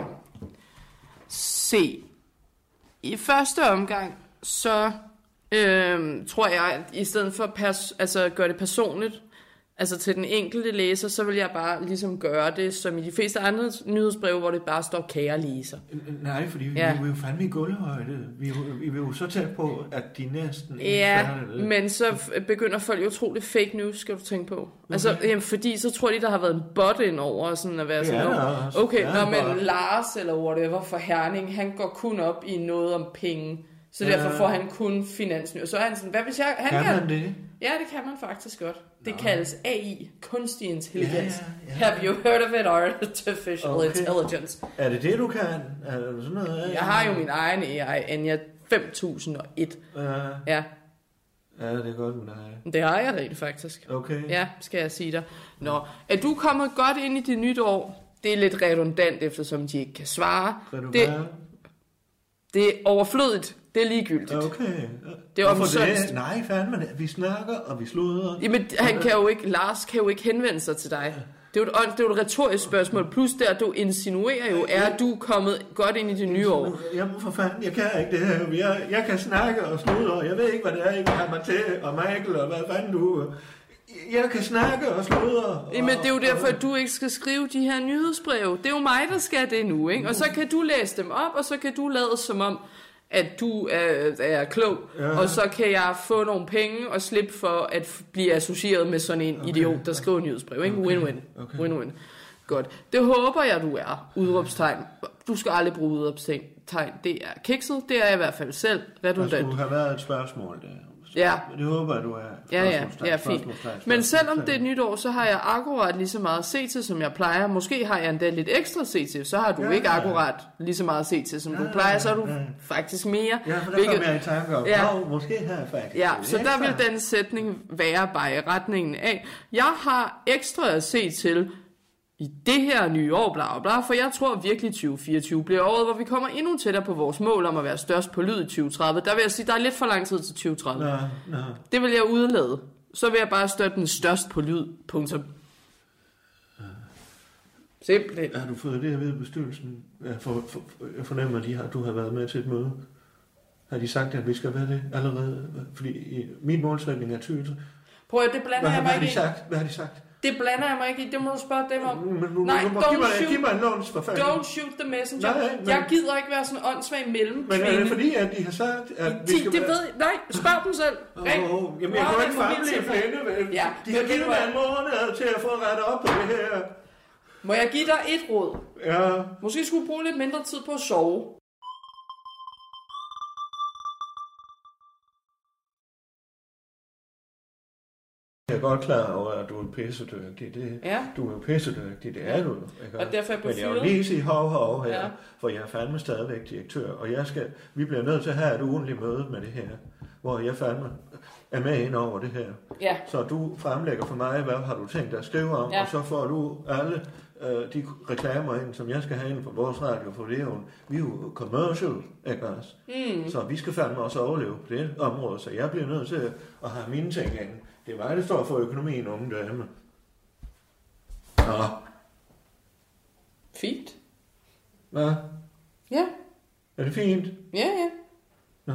Se. I første omgang, så tror jeg, at i stedet for at gøre det personligt, altså til den enkelte læser, så vil jeg bare ligesom gøre det, som i de fleste andre nyhedsbreve, hvor det bare står kære læser. Nej, fordi vi er jo fandme i gulvhøjde. Vi er jo så tæt på, at de næsten ikke færdige det. Men så begynder folk jo utroligt fake news, skal du tænke på. Okay. Altså, fordi så tror de, der har været en bot ind over, sådan at være sådan, men Lars eller whatever for Herning, han går kun op i noget om penge. Så derfor får han kun finansnyt. Og så er han sådan, hvad hvis jeg... Kan man det? Ja, det kan man faktisk godt. Det kaldes AI, kunstig intelligens. Have you heard of it, artificial intelligence? Er det du kan? Er det sådan noget? Jeg har jo min egen AI, Anja 5001. Ja. Ja, det er godt med dig. Det har jeg rent faktisk. Okay. Ja, skal jeg sige dig. Nå, er du kommet godt ind i det nye år? Det er lidt redundant, eftersom de ikke kan svare. Det er overflødigt. Det er ligegyldigt. Okay. Det er omsonst. Nej, fandme, vi snakker, og vi sludrer. Jamen, Lars kan jo ikke henvende sig til dig. Det er jo et retorisk spørgsmål. Plus der, du insinuerer jo, at du er kommet godt ind i det nye år. Jamen for fanden, jeg kan ikke det her. Jeg kan snakke og sludre, og jeg ved ikke, hvad det er, I har mig til, og Michael, og hvad fanden du... Jeg kan snakke og sludre. Jamen, det er jo derfor, at du ikke skal skrive de her nyhedsbreve. Det er jo mig, der skal det nu, ikke? Og så kan du læse dem op, og så kan du lade som om, at du er klog, og så kan jeg få nogle penge og slippe for at blive associeret med sådan en idiot, der skriver nyhedsbrev. Ikke? Win-win. Win-win. Godt. Det håber jeg, du er. Udråbstegn. Du skal aldrig bruge udråbstegn. Det er kikset. Det er jeg i hvert fald selv. Redundant. Der skulle have været et spørgsmål der. Ja. Det håber jeg, du er. Ja, fint. Men selvom det er et nyt år, så har jeg akkurat lige så meget at se til, som jeg plejer. Måske har jeg endda lidt ekstra at se til, så har du ikke akkurat lige så meget at se til, som du plejer. Så er du faktisk mere. Ja, for der kommer jeg i tanke om. Ja. Måske har jeg faktisk. Ja, så der vil den sætning være bare i retningen af. Jeg har ekstra at se til i det her nye år, bla bla, for jeg tror virkelig 2024 bliver året, hvor vi kommer endnu tættere på vores mål om at være størst på lyd i 2030. Der vil jeg sige, der er lidt for lang tid til 2030. Nå. Det vil jeg udlade. Så vil jeg bare støtte den størst på lyd. Punktum. Simpelthen. Har du fået det her ved bestyrelsen? Jeg fornemmer, at du har været med til et møde. Har de sagt, at vi skal være det allerede? Fordi min målsætning er 20. Prøv at det blander jeg mig ikke i. Hvad har de sagt? Det blander jeg mig ikke i. Det må du spørge dem om. Nej, giv mig en låns for fanden. Don't shoot the messenger. Jeg gider ikke være sådan en åndssvag mellem-kvinde. Men er det fordi, at de har sagt, at vi skal Nej, spørg dem selv. Jamen, jeg kan ikke famle i flænde. De har givet mig en måned til at få rettet op på det her. Må jeg give dig et råd? Ja. Måske skulle du bruge lidt mindre tid på at sove. Jeg er godt klar over, at du er pissedygtig. Du er jo pissedygtig, det er du. Ikke? Og derfor er jeg på men jeg vil lige sige hov her, for jeg er fandme stadigvæk direktør, og vi bliver nødt til at have et ugentligt møde med det her, hvor jeg fandme er med ind over det her. Ja. Så du fremlægger for mig, hvad har du tænkt dig at skrive om, og så får du alle de reklamer ind, som jeg skal have ind på vores radio, for det er jo, vi er jo commercial, ikke også? Så vi skal fandme også overleve på det område, så jeg bliver nødt til at have mine ting ind. Det er mig, der står for økonomien, unge dame. Nå. Fint. Hvad? Ja. Er det fint? Ja. Nå.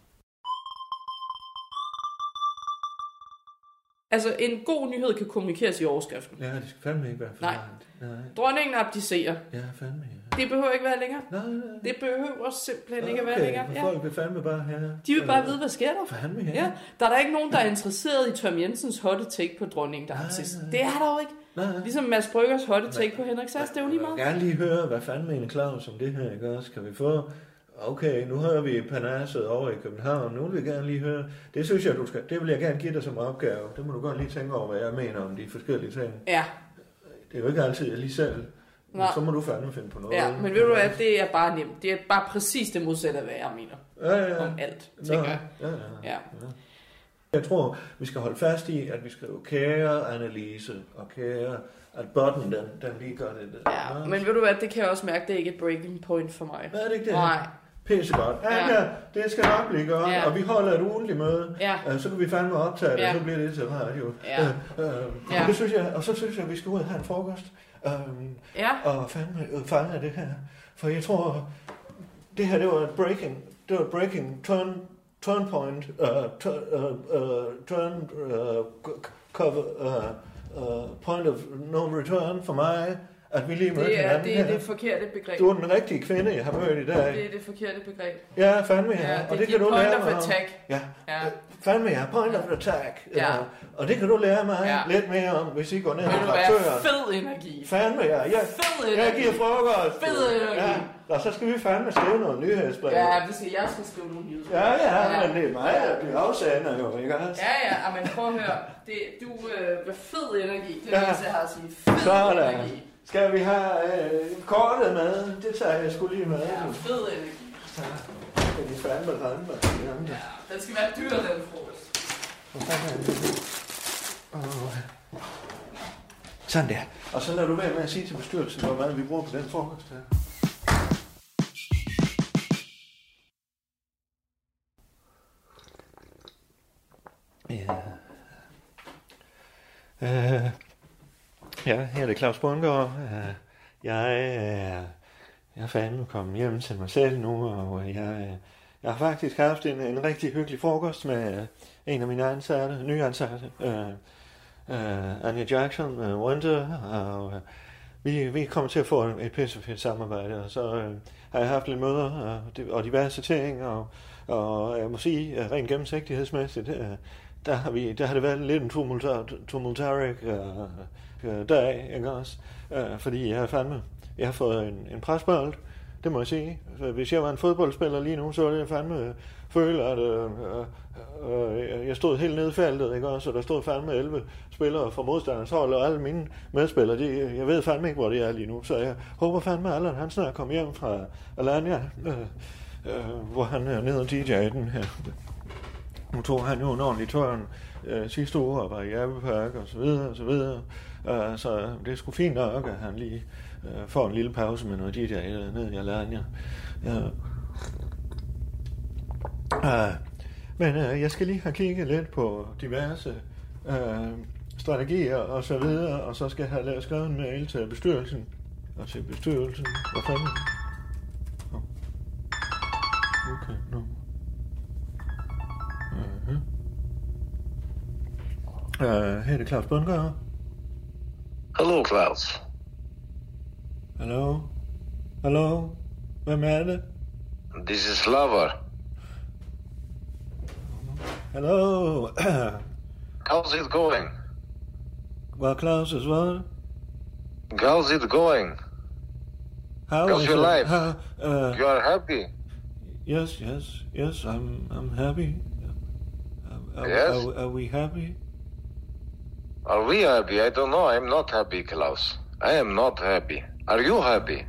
Altså, en god nyhed kan kommunikeres i overskriften. Ja, det skal fandme ikke være for Nej. Dronningen abdicerer. Ja, fandme, ja. Det behøver ikke være længere. Nej. Det behøver simpelthen ikke at være længere. Ja. Folk vil fandme bare have... De vil bare vide, hvad sker der. Fandme, ja. Der er der ikke nogen, der er interesseret i Tom Jensens hotte take på dronningen, der er sidst. Det er der jo ikke. Nej. Ligesom Mads Bryggers hotte take på Henrik Sass, det er jo lige meget. Jeg vil gerne lige høre, hvad fandme en Claus om det her, ikke også? Kan vi få... Okay, nu hører vi Parnasset over i København. Nu vil jeg gerne lige høre... Det synes jeg, du skal... Det vil jeg gerne give dig som opgave. Det må du godt lige tænke over, hvad jeg mener om de forskellige ting. Ja. Det er jo ikke altid, jeg lige selv... Men så må du fandme finde på noget. Ja, men ved du hvad, det er bare nemt. Det er bare præcis det modsatte af, hvad jeg mener. Ja. Om alt, tænker jeg. Ja. Jeg tror, vi skal holde fast i, at vi skriver kære analyse og kære, at botten, den lige gør det. Ja, men ved du hvad, det kan jeg også mærke, det er ikke et breaking point for mig. Hvad er det ikke det? Nej. Pissegodt. Ja, det skal nok blive godt, og vi holder et ugentligt møde. Ja. Så kan vi fandme optage det, og så bliver det til radio. Ja. Det synes jeg, og så synes jeg, at vi skal ud og have en frokost. Og fandme fange det her. For jeg tror, det her, det var et breaking turn point, point of no return for mig, at vi lige mødte hinanden. Det er det forkerte begreb. Du er den rigtige kvinde, jeg har mødt i dag. Det er det forkerte begreb. Ja, fandme ja. Og det kan du lære mig. Point of attack. Ja. Fandme ja, point of attack. Ja. Og det kan du lære mig lidt mere om, hvis I går ned på traktøren. Fed energi. Fandme ja. Jeg giver frokost. Fed energi. Ja. Og så skal vi fandme skrive noget nyhedsbrev. Ja, jeg skal skrive nogle nyhedsbrev. Ja, men det er mig, der bliver afsender jo, ikke også? Ja, men prøv at høre. Du med fed energi. Det er det, jeg har at sige. Fed energi. Skal vi have kortet med? Det tager jeg sgu lige med. Ja, fed energi. Det er fandme rende. Ja, den skal være dyr, den frokost. Sådan der. Og så lader du være med at sige til bestyrelsen, hvor meget vi bruger på den frokost her. Ja, her er det Claus Bundgaard. Jeg er fandme kommet hjem til mig selv nu, og jeg har faktisk haft en rigtig hyggelig frokost med en af mine nye ansatte, Anja Jackson, Wonder, og vi kommer til at få et pissefedt samarbejde, og så har jeg haft lidt møder og diverse ting, og jeg må sige, rent gennemsigtighedsmæssigt, der har det været lidt en tumultarisk dag, ikke også? Fordi jeg har fået en presbold, det må jeg sige. Hvis jeg var en fodboldspiller lige nu, så ville jeg fandme føle, at jeg stod helt nede i feltet, ikke også? Og der stod fandme 11 spillere fra modstanders hold, og alle mine medspillere, jeg ved fandme ikke, hvor de er lige nu. Så jeg håber fandme, at Allan, han snart kommer hjem fra Alanya, hvor han er nede og DJ'er den her. Nu tog han jo en ordentlig tørn sidste uge og var i Apple og så videre og så videre. Så det er sgu fint nok, at han lige får en lille pause med noget DJ nede i Alanya. Men jeg skal lige have kigget lidt på diverse strategier og så videre, og så skal jeg have skrevet en mail til bestyrelsen. Og til bestyrelsen. Hvad fanden? Okay, nu. Her er det Claus Bundgaard. Hello, Klaus. Hello? Hvem er det? This is Lover. Hello? How's it going? Well, Klaus as well? How's it going? How's your life? You are happy? Yes, I'm happy. Yes? Are we happy? Are we happy? I don't know. I'm not happy, Klaus. I am not happy. Are you happy?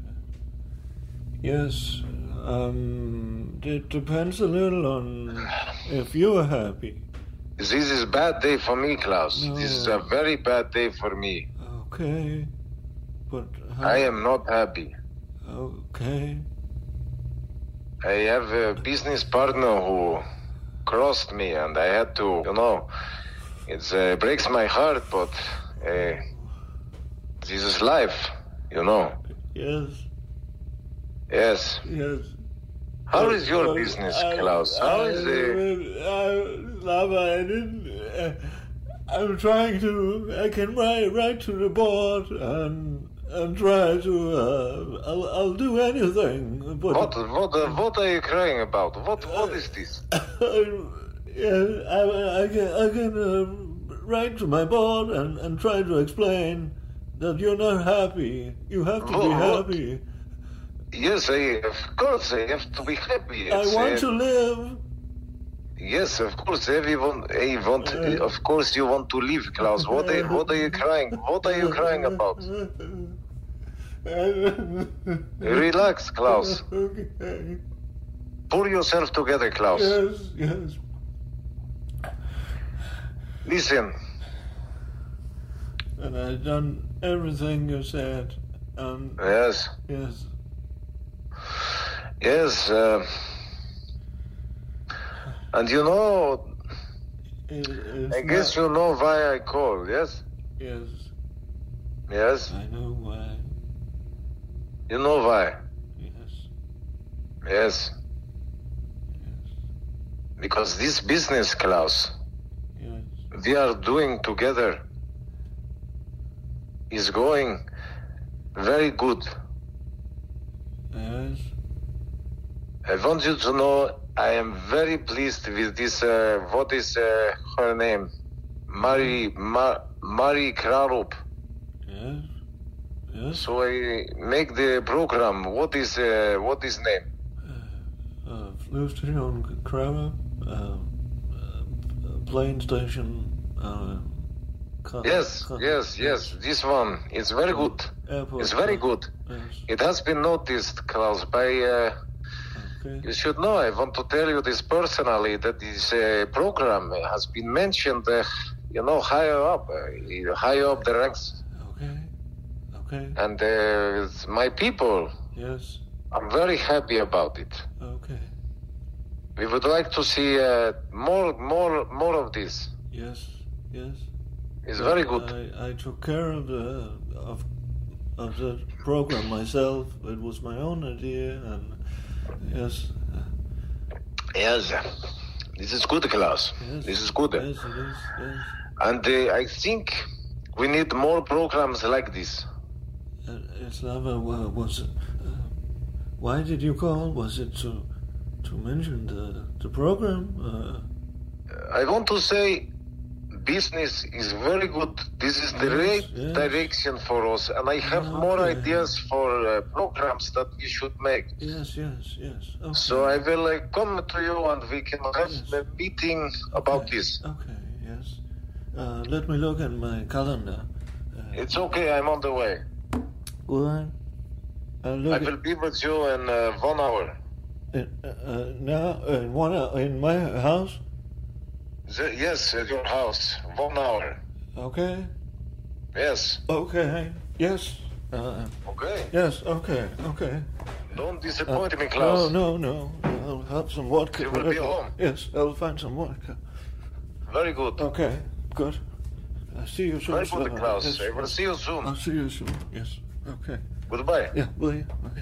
Yes. It depends a little on if you are happy. This is a bad day for me, Klaus. No. This is a very bad day for me. Okay. But I am not happy. Okay. I have a business partner who crossed me, and I had to, it breaks my heart, but this is life, Yes. Yes. How is your business, Klaus? How is it? I'm trying to. I can write to the board and try to. I'll do anything. But what are you crying about? What is this? I can write to my board and try to explain that you're not happy. You have to be happy. Yes, of course I have to be happy. I want to live. Yes, of course, everyone. Of course, you want to live, Klaus. What are you crying? What are you crying about? Relax, Klaus. Okay. Pull yourself together, Klaus. Yes. Listen. And I've done everything you said. Yes. Yes. And I guess you know why I called, yes? Yes? I know why. You know why? Yes. Because this business, Klaus, we are doing together is going very good. Yes. I want you to know I am very pleased with this, what is her name? Marie Krarup. Yes. So I make the program. What is name? Flyvestation Krarup, plane station. Yes. This one. It's very good. Airport. It's very good. Yes. It has been noticed, Klaus, by Okay. You should know, I want to tell you this personally, that this program has been mentioned, higher up the ranks. Okay. And my people, Yes. I'm very happy about it. Okay. We would like to see more of this. Yes. It's very good. I took care of the program myself. It was my own idea, and yes. Yes, this is good, Klaus. Yes. This is good. Yes, it is. Yes. And I think we need more programs like this. Slava, why did you call? Was it to mention the program? I want to say business is very good. This is the right direction for us, and I have more ideas for programs that we should make. Yes. Okay. So I will come to you and we can have a meeting about this. Okay, yes. Let me look at my calendar. It's okay, I'm on the way. Good. I will be with you in 1 hour. Now, in 1 hour, in my house? Yes, at your house. 1 hour. Okay. Yes. Okay. Yes. Okay. Yes. Okay. Don't disappoint me, Klaus. No. I'll have some vodka. You will be home. Yes, I'll find some vodka. Very good. Okay. Good. I'll see you soon. Very good, Klaus. Yes. I will see you soon. I'll see you soon. Yes. Okay. Goodbye. Yeah. Bye. Okay.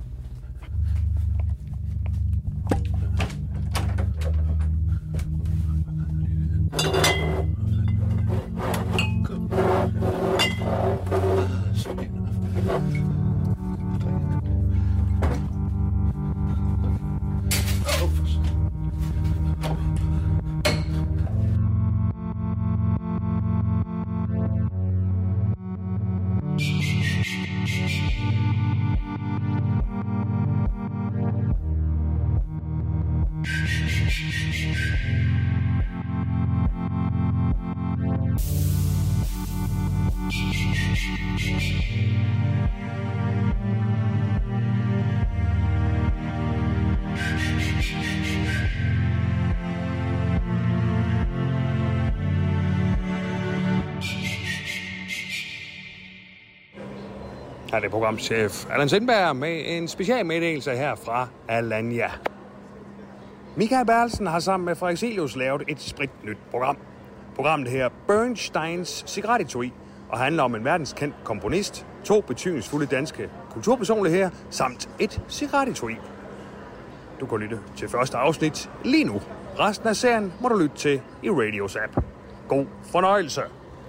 Her er det programchef Allan Sindberg med en specialmeddelelse her fra Alanya. Michael Bertelsen har sammen med Frederik Cilius lavet et spritnyt program. Programmet her Bernsteins cigarettetui og handler om en verdenskendt komponist, 2 betydningsfulde danske kulturpersonligheder samt et cigarettetui. Du kan lytte til første afsnit lige nu. Resten af serien må du lytte til i Radios app. God fornøjelse.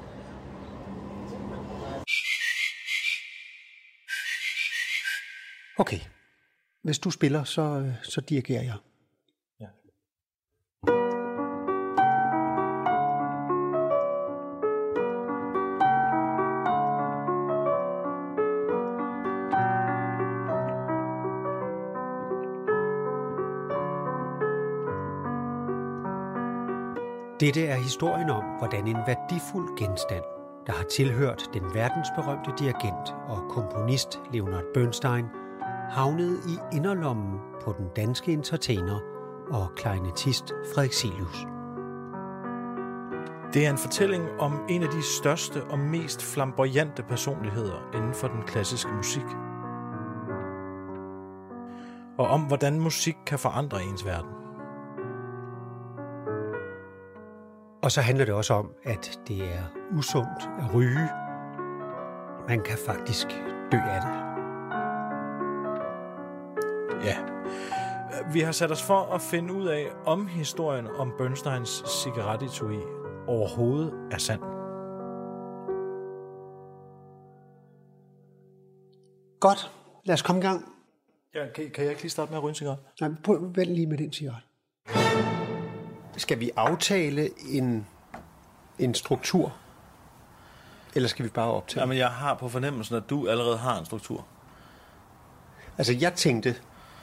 Okay. Hvis du spiller, så dirigerer jeg. Ja. Dette er historien om, hvordan en værdifuld genstand, der har tilhørt den verdensberømte dirigent og komponist Leonard Bernstein, havnede i inderlommen på den danske entertainer og klarinettist Frederik Cilius. Det er en fortælling om en af de største og mest flamboyante personligheder inden for den klassiske musik. Og om hvordan musik kan forandre ens verden. Og så handler det også om, at det er usundt at ryge. Man kan faktisk dø af det. Ja. Vi har sat os for at finde ud af, om historien om Bernsteins cigarettetui overhovedet er sand. Godt. Lad os komme i gang. Ja, kan jeg ikke lige starte med at ryge en cigaret? Nej, vent lige med den cigaret. Skal vi aftale en struktur? Eller skal vi bare optage? Jamen, jeg har på fornemmelsen, at du allerede har en struktur. Altså, jeg tænkte,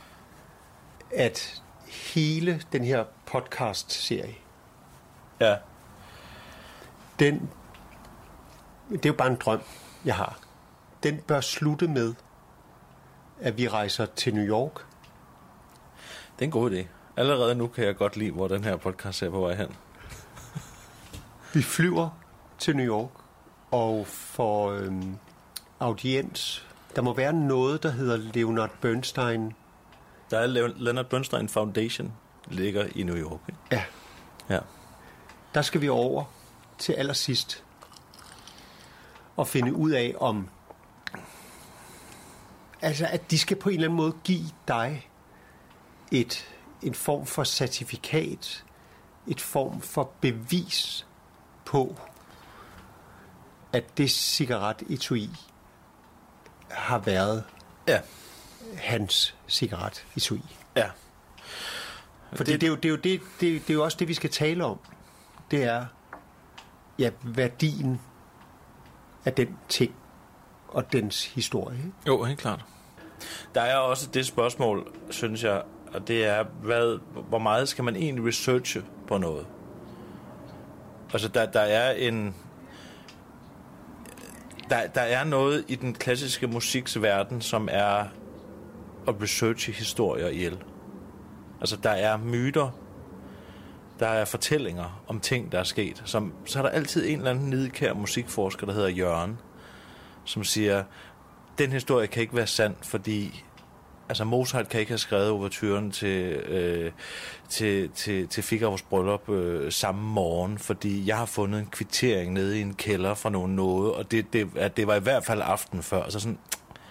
at hele den her podcast-serie, ja, det er jo bare en drøm, jeg har. Den bør slutte med, at vi rejser til New York. Det er en god idé. Allerede nu kan jeg godt lide, hvor den her podcast er på vej hen. Vi flyver til New York og får audiens. Der må være noget, der hedder Leonard Bernstein. Der er Leonard Bernstein Foundation, ligger i New York. Ikke? Ja. Ja. Der skal vi over til allersidst og finde ud af, om altså, at de skal på en eller anden måde give dig en form for certifikat, et form for bevis på, at det cigarettetui har været hans cigarettetui. Ja. Fordi det er jo også det, vi skal tale om. Det er værdien af den ting og dens historie. Ikke? Jo, helt klart. Der er også det spørgsmål, synes jeg, og det er, hvor meget skal man egentlig researche på noget? Altså, der er noget i den klassiske musiks verden, som er at researche historier ihjel. Altså, der er myter, der er fortællinger om ting, der er sket. Så er der altid en eller anden nidkær musikforsker, der hedder Jørgen, som siger, den historie kan ikke være sand, fordi altså Mozart kan ikke have skrevet ouverturen til Figaros bryllup samme morgen, fordi jeg har fundet en kvittering nede i en kælder fra nogen nåde, og det var i hvert fald aften før. Altså sådan,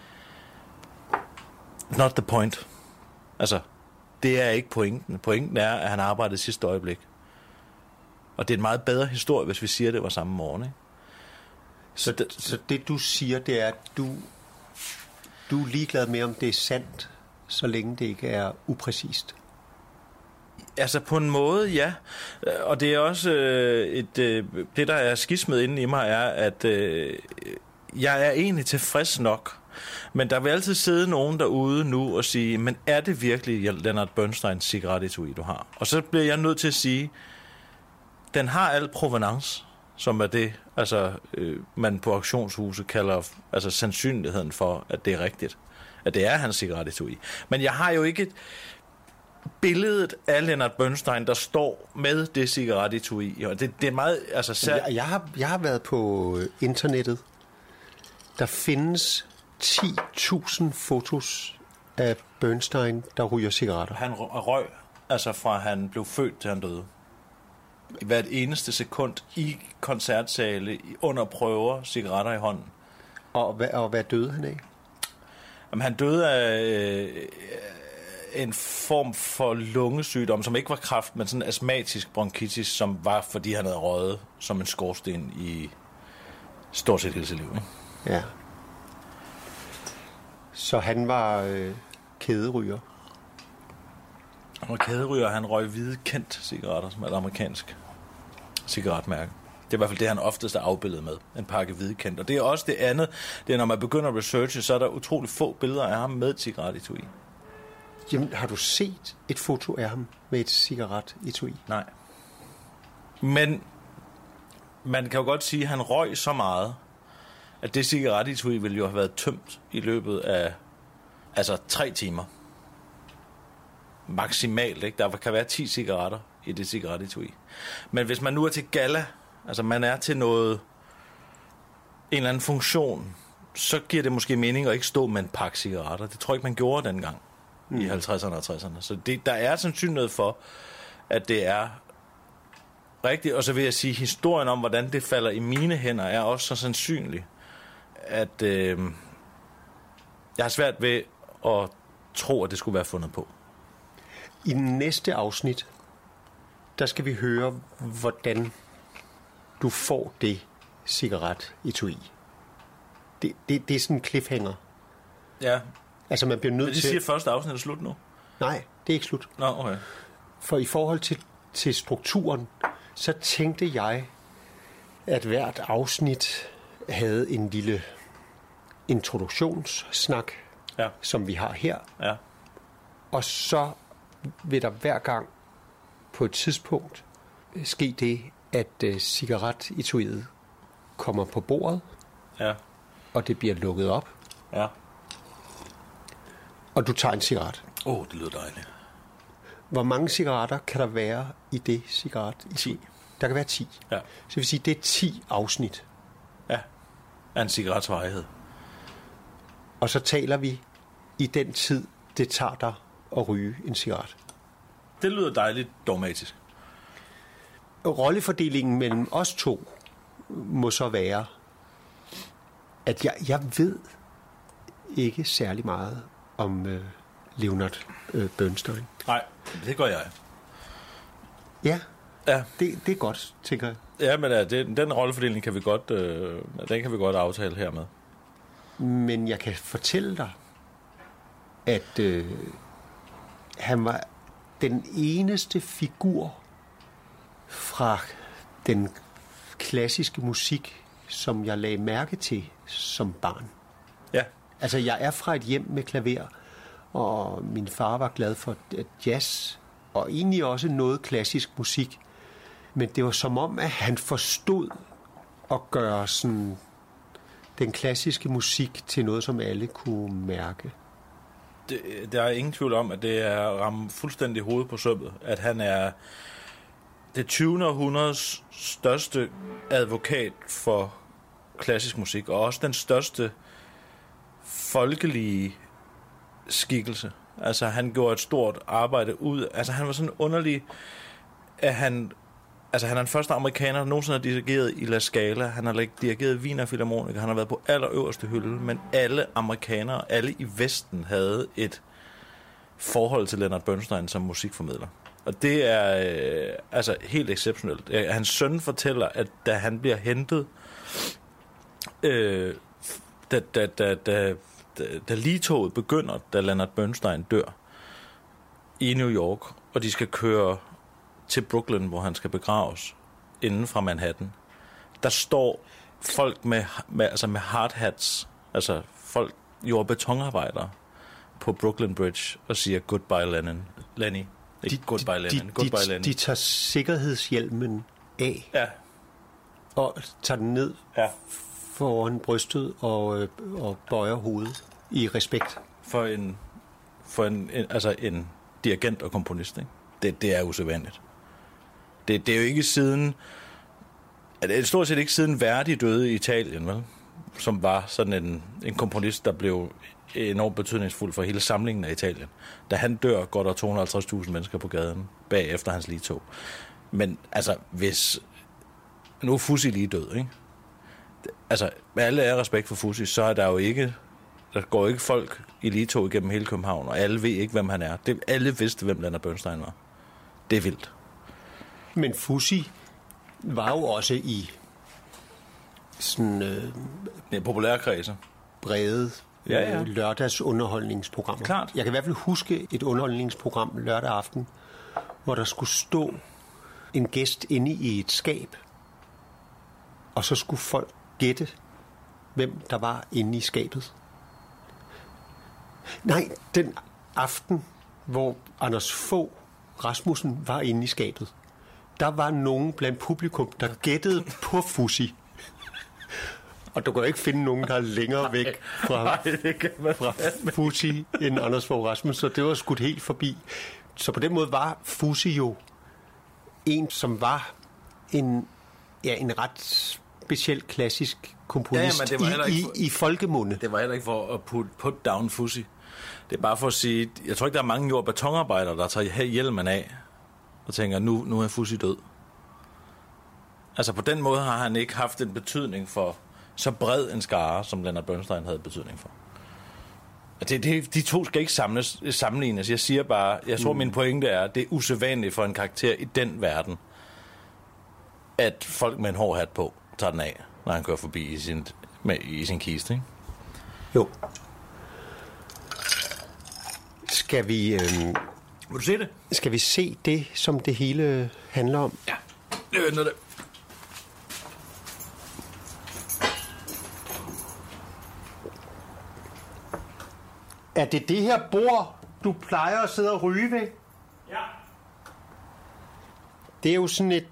not the point. Altså, det er ikke pointen. Pointen er, at han arbejdede sidste øjeblik. Og det er en meget bedre historie, hvis vi siger, at det var samme morgen, ikke? Så det du siger, det er, at du er ligeglad med, om det er sandt, så længe det ikke er upræcist. Altså på en måde, ja. Og det er også det, der er skismet inde i mig, er, at jeg er egentlig tilfreds nok. Men der vil altid sidde nogen derude nu og sige, men er det virkelig Leonard Bernsteins cigarettetui, du har? Og så bliver jeg nødt til at sige, den har al provenance, som er det, altså man på auktionshuset kalder altså sandsynligheden for, at det er rigtigt. At det er hans cigarettetui. Men jeg har jo ikke billedet af Leonard Bernstein, der står med det cigarettetui. Og det er meget, altså jeg har været på internettet. Der findes 10.000 fotos af Bernstein, der ryger cigaretter. Han røg, altså fra han blev født til han døde. I hvert eneste sekund i koncertsale, under prøver, cigaretter i hånden. Og hvad døde han af? Jamen, han døde af en form for lungesygdom, som ikke var kræft, men sådan en astmatisk bronkitis, som var, fordi han havde røget som en skorsten i stort set hele sit liv. Ikke? Ja. Så han var kæderyger? Han var kæderyger, han røg hvide Kent cigaretter, som er et amerikansk cigaretmærke. Det er i hvert fald det, han oftest er afbildet med, en pakke hvide Kent. Og det er også det andet, det er, når man begynder at researche, så er der utrolig få billeder af ham med et cigarettetui. Jamen, har du set et foto af ham med et cigarettetui? Nej. Men man kan jo godt sige, at han røg så meget, at det cigarettetui ville jo have været tømt i løbet af 3 timer. Maksimalt, ikke? Der kan være 10 cigaretter i det cigarettetui. Men hvis man nu er til galla, altså man er til noget, en eller anden funktion, så giver det måske mening at ikke stå med en pakke cigaretter. Det tror jeg ikke, man gjorde dengang i 50'erne og 60'erne. Så der er sandsynlighed for, at det er rigtigt. Og så vil jeg sige, at historien om, hvordan det falder i mine hænder, er også så sandsynlig, at jeg har svært ved at tro, at det skulle være fundet på. I næste afsnit, der skal vi høre, hvordan du får det cigarettetui. Det er sådan en cliffhanger. Ja. Altså man bliver nødt til... Det siger første afsnit er slut nu? Nej, det er ikke slut. Nå, okay. For i forhold til strukturen, så tænkte jeg, at hvert afsnit havde en lille introduktionssnak, som vi har her. Ja. Og så vil der hver gang på et tidspunkt ske det, at cigarettetuiet kommer på bordet, og det bliver lukket op, og du tager en cigaret. Det lyder dejligt. Hvor mange cigaretter kan der være i det cigaret? 10. Der kan være 10. Ja. Så det vil sige, det er 10 afsnit. Ja, af en cigarets varighed. Og så taler vi i den tid, det tager dig at ryge en cigaret. Det lyder dejligt dogmatisk. Rollefordelingen mellem os to må så være, at jeg ved ikke særlig meget om Leonard Bernstein. Nej, det gør jeg. Ja, ja. Det er godt, tænker jeg. Ja, men den rollefordeling kan vi godt, den kan vi godt aftale her med. Men jeg kan fortælle dig, at han var den eneste figur fra den klassiske musik, som jeg lagde mærke til som barn. Ja. Altså, jeg er fra et hjem med klaver, og min far var glad for jazz, og egentlig også noget klassisk musik. Men det var som om, at han forstod at gøre sådan den klassiske musik til noget, som alle kunne mærke. Der er ingen tvivl om, at det er ramme fuldstændig hovedet på sømmet, at han er det 20. århundredes største advokat for klassisk musik, og også den største folkelige skikkelse. Altså, han gjorde et stort arbejde ud. Altså, han var sådan underlig, at han er den første amerikaner, der nogensinde har dirigeret i La Scala. Han har dirigeret Wiener Philharmonica. Han har været på allerøverste hylde, men alle amerikanere, alle i Vesten, havde et forhold til Leonard Bernstein som musikformidler. Og det er helt exceptionelt. Hans søn fortæller, at da han bliver hentet, da ligtoget begynder, da Leonard Bernstein dør i New York, og de skal køre til Brooklyn, hvor han skal begraves, inden fra Manhattan, der står folk med hard hats, altså folk, jord- og betonarbejdere på Brooklyn Bridge, og siger goodbye Lenny. Goodbye Lenny. De tager sikkerhedshjelmen af, ja, og tager den ned, ja, foran brystet og bøjer hovedet i respekt. For en dirigent og komponist, ikke? Det er usædvanligt. Det er jo ikke siden... Det er stort set ikke siden Verdi døde i Italien, vel? Som var sådan en komponist, der blev enormt betydningsfuld for hele samlingen af Italien. Da han dør, går der 250.000 mennesker på gaden bagefter hans ligtog. Men altså, hvis... Nu er Fuzzy lige død, ikke? Altså, med alle ære respekt for Fuzzy, så er der jo ikke... Der går ikke folk i ligtog igennem hele København, og alle ved ikke, hvem han er. Alle vidste, hvem Leonard Bernstein var. Det er vildt. Men Fuzzy var jo også i sådan... populære kredse. Brede lørdagsunderholdningsprogrammer. Klart. Jeg kan i hvert fald huske et underholdningsprogram lørdag aften, hvor der skulle stå en gæst inde i et skab, og så skulle folk gætte, hvem der var inde i skabet. Nej, den aften, hvor Anders Fogh Rasmussen var inde i skabet, der var nogen blandt publikum, der gættede på Fuzzy. Og du kan jo ikke finde nogen, der er længere væk fra Fuzzy end Anders Fogh Rasmussen, så det var skudt helt forbi. Så på den måde var Fuzzy jo en, som var en ret speciel klassisk komponist i folkemunde. Det var heller ikke for at put down Fuzzy. Det er bare for at sige, jeg tror ikke, der er mange jord- og betonarbejdere, der tager hjelmen af og tænker, nu er Fuzzy død. Altså på den måde har han ikke haft en betydning for så bred en skare, som Leonard Bernstein havde betydning for. De to skal ikke sammenlignes. Jeg siger bare, jeg tror min pointe er, det er usædvanligt for en karakter i den verden, at folk med en hård hat på tager den af, når han kører forbi i sin kiste, ikke? Jo. Skal vi... Vil du se det? Skal vi se det, som det hele handler om? Ja, det er noget. Er det det her bord, du plejer at sidde og ryge ved? Ja. Det er jo sådan et...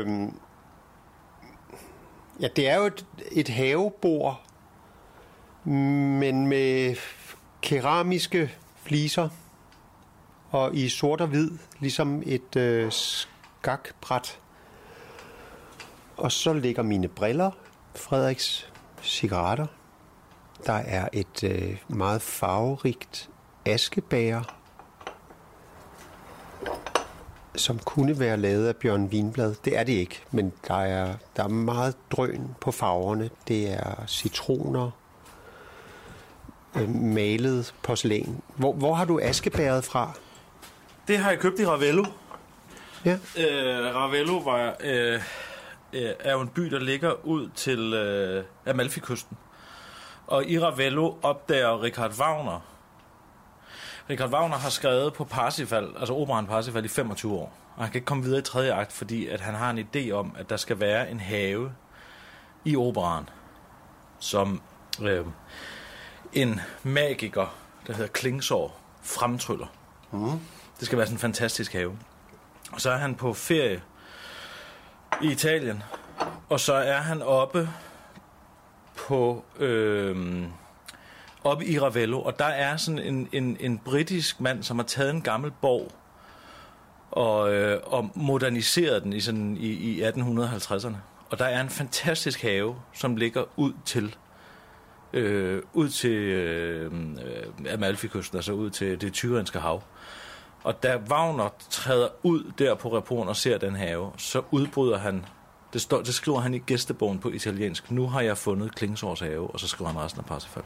det er jo et havebord, men med keramiske fliser og i sort og hvid, ligesom et skakbræt. Og så ligger mine briller, Frederiks cigaretter. Der er et meget farverigt askebæger, som kunne være lavet af Bjørn Vinblad. Det er det ikke, men der er meget drøn på farverne. Det er citroner, malet porcelæn. Hvor har du askebæret fra? Det har jeg købt i Ravello. Ja. Ravello er jo en by, der ligger ud til Amalfi-kysten. Og i Ravello opdager Richard Wagner. Richard Wagner har skrevet på Parsifal, altså operaen Parsifal, i 25 år. Og han kan ikke komme videre i tredje akt, fordi at han har en idé om, at der skal være en have i operaen, som en magiker, der hedder Klingsår, fremtryller. Det skal være sådan en fantastisk have. Og så er han på ferie i Italien, og så er han oppe i Ravello, og der er sådan en britisk mand, som har taget en gammel borg og moderniseret den i 1850'erne. Og der er en fantastisk have, som ligger ud til Amalfi-kysten, altså ud til det Tyrrhenske hav. Og da Wagner træder ud der på Reporten og ser den have, så udbryder han, det skriver han i gæstebogen på italiensk, nu har jeg fundet Klingsårs have, og så skriver han resten af Parsifal.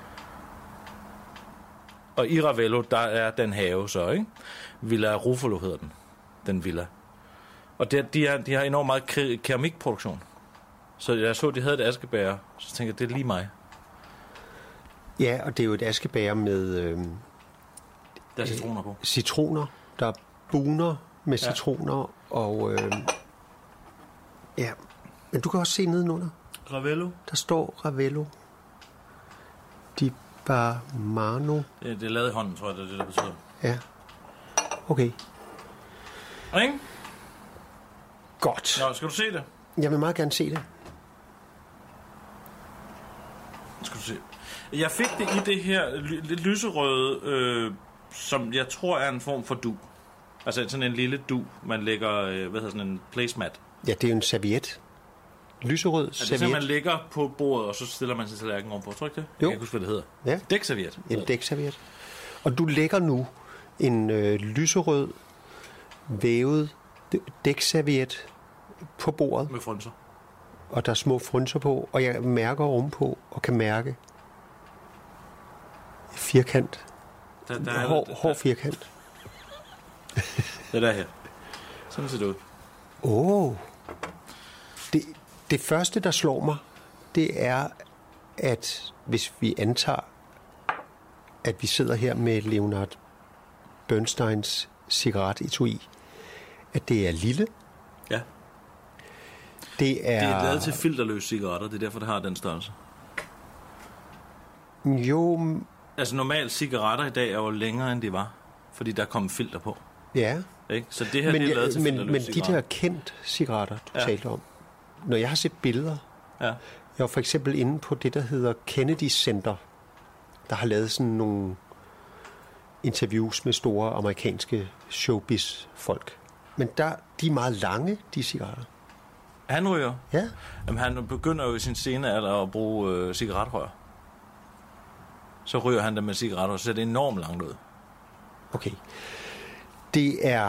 Og i Ravello, der er den have så, ikke? Villa Ruffalo hedder den villa. Og de har enormt meget keramikproduktion. Så jeg så, de havde et askebæger, så tænkte jeg, det er lige mig. Ja, og det er jo et askebæger med... der er citroner på. Citroner, der er buner med citroner, og... ja, men du kan også se nedenunder. Ravello. Der står Ravello. Di Barmano. Det er lavet i hånden, tror jeg, det er det, der betyder. Ja. Okay. Ikke? Godt. Nå, skal du se det? Jeg vil meget gerne se det. Skal du se. Jeg fik det i det her lidt lyserøde, som jeg tror er en form for du. Altså sådan en lille du, man lægger, sådan en placemat. Ja, det er jo en serviet. Lyserød serviet. Det er man lægger på bordet, og så stiller man sin tallerken ovenpå. Tror du ikke det? Jo. Jeg kan ikke huske, hvad det hedder. Ja. Dækserviet. En dækserviet. Og du lægger nu en lyserød, vævet dækserviet på bordet. Med frynser. Og der er små frynser på, og jeg mærker ovenpå, og kan mærke firkant. Hård firkant. Det der her. Sådan ser det ud. Det første, der slår mig, det er, at hvis vi antager, at vi sidder her med Leonard Bernsteins cigarettetui, at det er lille. Ja. Det er lavet til filterløse cigaretter, det er derfor, det har den størrelse. Jo. Altså normalt cigaretter i dag er jo længere, end de var, fordi der kom filter på. Ja. Ikke? Så det her det er lavet til filterløse men cigaretter. de der kendt cigaretter, du talte om, når jeg har set billeder, jeg var for eksempel inde på det, der hedder Kennedy Center, der har lavet sådan nogle interviews med store amerikanske showbiz-folk. Men de er meget lange, de cigaretter. Han ryger? Ja. Jamen, han begynder jo i sin scene at bruge cigaretrør. Så ryger han dem med cigaretter, så ser det enormt langt ud. Okay. Det er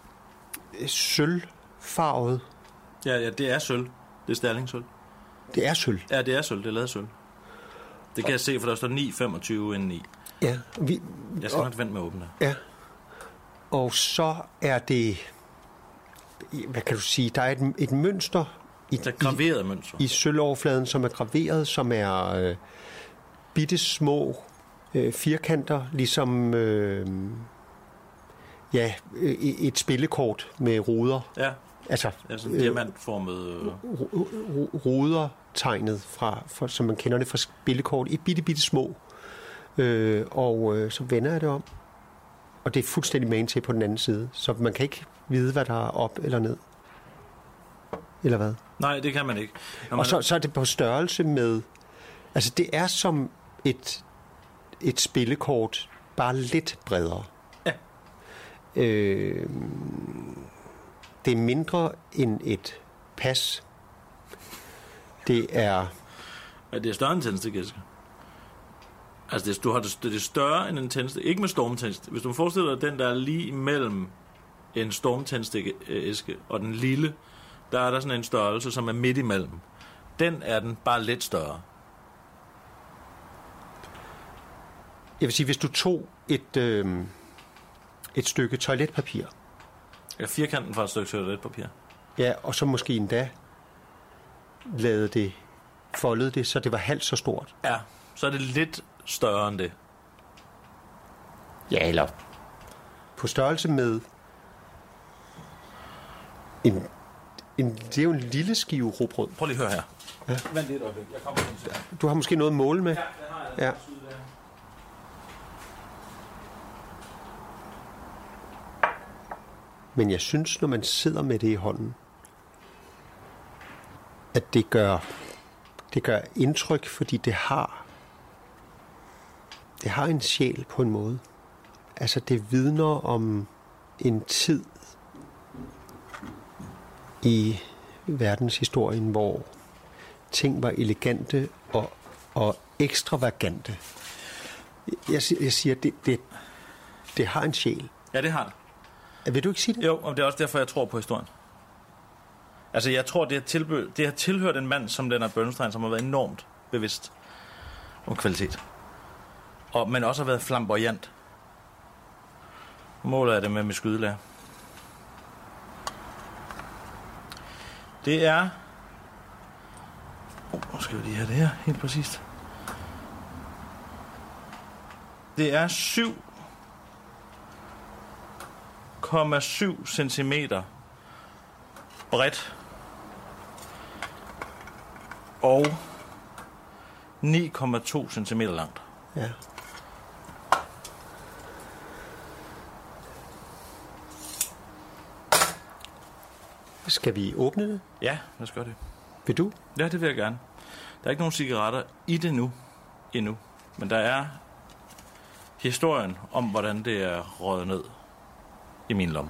sølvfarvet. Ja, det er sølv. Det er sterlingsølv. Det er sølv? Ja, det er sølv. Det er lavet sølv. Det kan jeg se, for der står 9,25 indeni. Ja. Jeg skal nok vente med at åbne det. Ja. Og så er det... Hvad kan du sige? Der er et mønster... Der er graveret mønster. I sølvoverfladen, som er graveret, som er bitte små firkanter, ligesom... et spillekort med ruder. Ja. Altså sådan diamantformet ruder tegnet fra som man kender det fra spillekort i bitte små. Og så vender jeg det om. Og det er fuldstændig magen til på den anden side, så man kan ikke vide, hvad der er op eller ned. Eller hvad? Nej, det kan man ikke. Og så er det på størrelse med... Altså, det er som et spillekort, bare lidt bredere. Ja. Det er mindre end et pas. Det er... Ja, det er større end tændstikæske. Altså, det er større end en tændstikæske. Ikke med stormtændstik. Hvis du forestiller dig den, der er lige imellem en stormtændstikæske og den lille, der er der sådan en størrelse, som er midt imellem. Den er den bare lidt større. Jeg vil sige, hvis du tog et stykke toiletpapir. Ja, firkanten fra et stykke toiletpapir. Ja, og så måske endda foldede det, så det var halvt så stort. Ja, så er det lidt større end det. Ja, eller på størrelse med det er jo en lille skive rugbrød. Prøv lige at høre her. Ja. Vent lidt øjeblik, jeg kommer til det. Du har måske noget at måle med? Ja, det har jeg. Ja. Men jeg synes, når man sidder med det i hånden, at det gør indtryk, fordi det har en sjæl på en måde. Altså, det vidner om en tid i verdenshistorien, hvor ting var elegante og ekstravagante. Jeg siger, det har en sjæl. Ja, det har det. Vil du ikke sige det? Jo, og det er også derfor, jeg tror på historien. Altså, jeg tror, det har tilhørt en mand som Leonard Bernstein, som har været enormt bevidst om kvalitet. Men også har været flamboyant. Målet er det med mit skydelærer. Det er... Nu skal vi lige have det her, helt præcist. Det er 7,7 centimeter bredt og 9,2 centimeter langt. Ja. Skal vi åbne det? Ja, lad os gøre det. Vil du? Ja, det vil jeg gerne. Der er ikke nogen cigaretter i det endnu. Men der er historien om, hvordan det er røget ned i min lomme.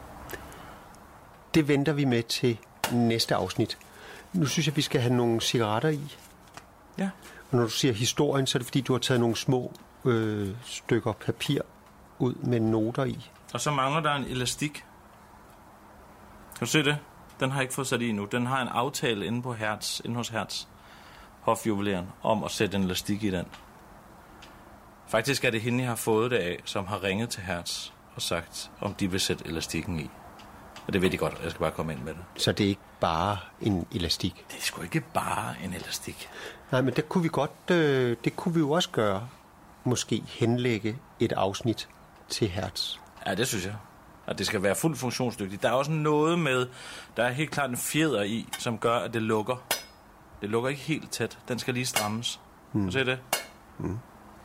Det venter vi med til næste afsnit. Nu synes jeg, vi skal have nogle cigaretter i. Ja. Og når du siger historien, så er det fordi, du har taget nogle små stykker papir ud med noter i. Og så mangler der en elastik. Kan du se det? Den har jeg ikke fået sat i endnu. Den har en aftale inde hos Hertz, hofjuveleren, om at sætte en elastik i den. Faktisk er det hende, jeg har fået det af, som har ringet til Hertz og sagt, om de vil sætte elastikken i. Og det ved de godt, jeg skal bare komme ind med det. Så det er ikke bare en elastik? Det er sgu ikke bare en elastik. Nej, men det kunne vi jo også gøre. Måske henlægge et afsnit til Hertz. Ja, det synes jeg. At det skal være fuldt funktionsdygtigt. Der er også noget med, der er helt klart en fjeder i, som gør, at det lukker. Det lukker ikke helt tæt. Den skal lige strammes. Kan du se det? Mm.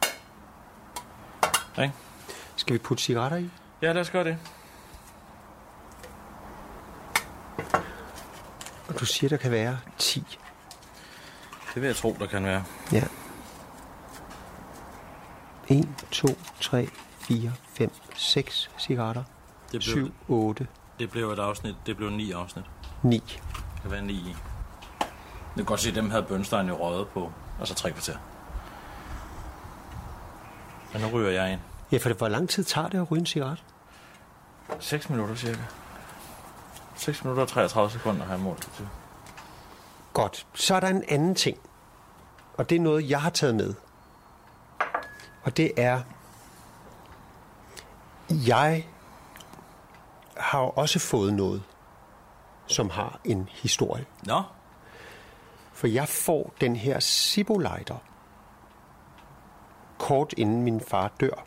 Okay. Skal vi putte cigaretter i? Ja, lad os gøre det. Og du siger, der kan være 10. Det vil jeg tro, der kan være. Ja. 1, 2, 3, 4, 5, 6 cigaretter. 7, 8. Det blev et afsnit. Det blev 9 afsnit. 9. Det kan være 9 i. Jeg kan godt se, at dem havde Bernstein jo røget på. Altså 3 kvarter. Men nu ryger jeg ind. Ja, for hvor lang tid tager det at ryge en cigaret? 6 minutter cirka. 6 minutter og 33 sekunder har jeg målt det til. Godt. Så er der en anden ting. Og det er noget, jeg har taget med. Og det er... Jeg har jo også fået noget, som har en historie. Nå? For jeg får den her Zippo-lighter kort inden min far dør.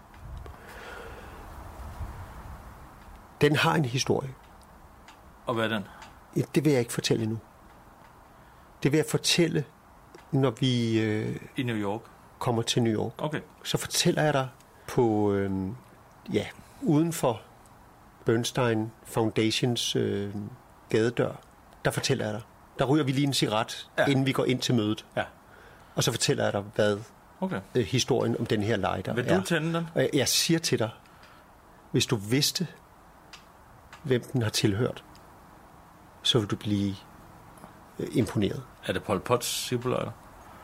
Den har en historie. Og hvad er den? Ja, det vil jeg ikke fortælle endnu. Det vil jeg fortælle, når vi i New York kommer til New York. Okay. Så fortæller jeg dig på uden for Bernstein Foundations gadedør. Der fortæller jeg dig. Der ryger vi lige en cigaret, inden vi går ind til mødet. Ja. Og så fortæller jeg dig, hvad historien om den her lighter er. Vil du tænde den? Og jeg siger til dig, hvis du vidste, hvem den har tilhørt, så vil du blive imponeret. Er det Pol Pot's ciboløjter?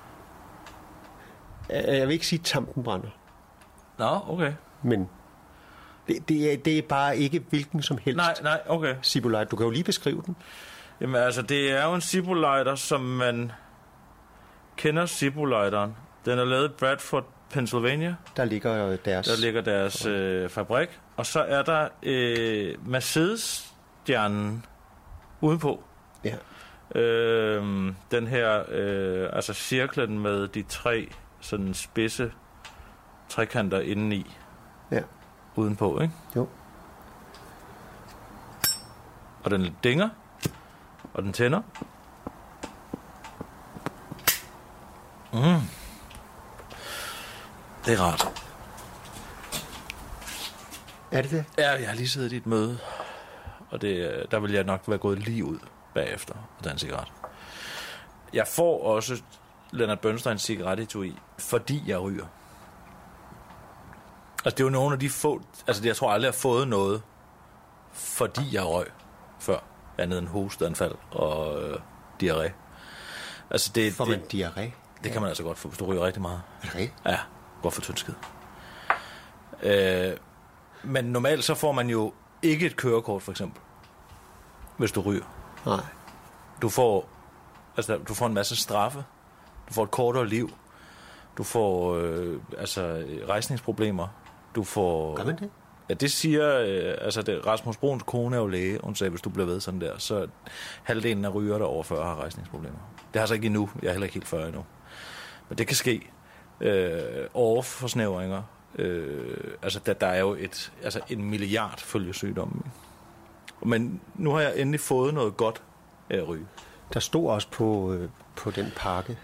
Jeg vil ikke sige tampenbrænder. Nå, okay. Men det er bare ikke hvilken som helst okay. ciboløjter. Du kan jo lige beskrive den. Jamen altså, det er jo en ciboløjter, som man kender ciboløjteren. Den er lavet i Bradford, Pennsylvania. Der ligger deres fabrik. Og så er der Mercedes-stjernen udenpå. Ja. Den her, altså cirklen med de 3 sådan spidse trekanter indeni. Ja. Udenpå, ikke? Jo. Og den dinger. Og den tænder. Det er rart. Er det det? Ja, jeg har lige siddet i et møde. Og der vil jeg nok være gået lige ud bagefter og tage en cigaret. Jeg får også Leonard Bernsteins cigarettetui, fordi jeg ryger. Altså, det er jo nogle af de få... Altså, jeg tror aldrig, jeg har fået noget, fordi jeg røg før. Andet end hosteanfald og diarré. Altså, får man diarré? Det kan man altså godt få, hvis du ryger rigtig meget. Okay. Ja, godt for tyndskid. Men normalt så får man jo ikke et kørekort, for eksempel. Hvis du ryger. Nej. Du får en masse straffe. Du får et kortere liv. Du får rejsningsproblemer. Du får... Gør man det? Ja, det siger... Rasmus Bruns kone er jo læge. Hun sagde, hvis du bliver ved sådan der, så halvdelen af ryger der over 40 har rejsningsproblemer. Det har så ikke endnu. Jeg er heller ikke helt 40 endnu. Men det kan ske. Overforsnævringer. Der er jo en milliard følgesygdomme. Men nu har jeg endelig fået noget godt af at ryge. Der stod også på den pakke,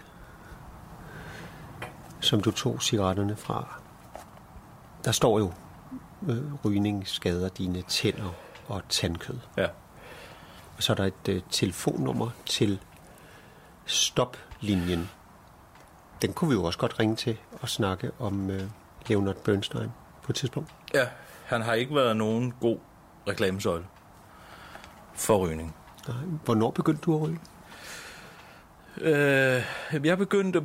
som du tog cigaretterne fra. Der står jo, rygning skader dine tænder og tandkød. Ja. Og så er der et telefonnummer til stoplinjen. Den kunne vi jo også godt ringe til og snakke om Leonard Bernstein på et tidspunkt. Ja, han har ikke været nogen god reklamesøjle for rygning. Nej. Hvornår begyndte du at ryge? Jeg begyndte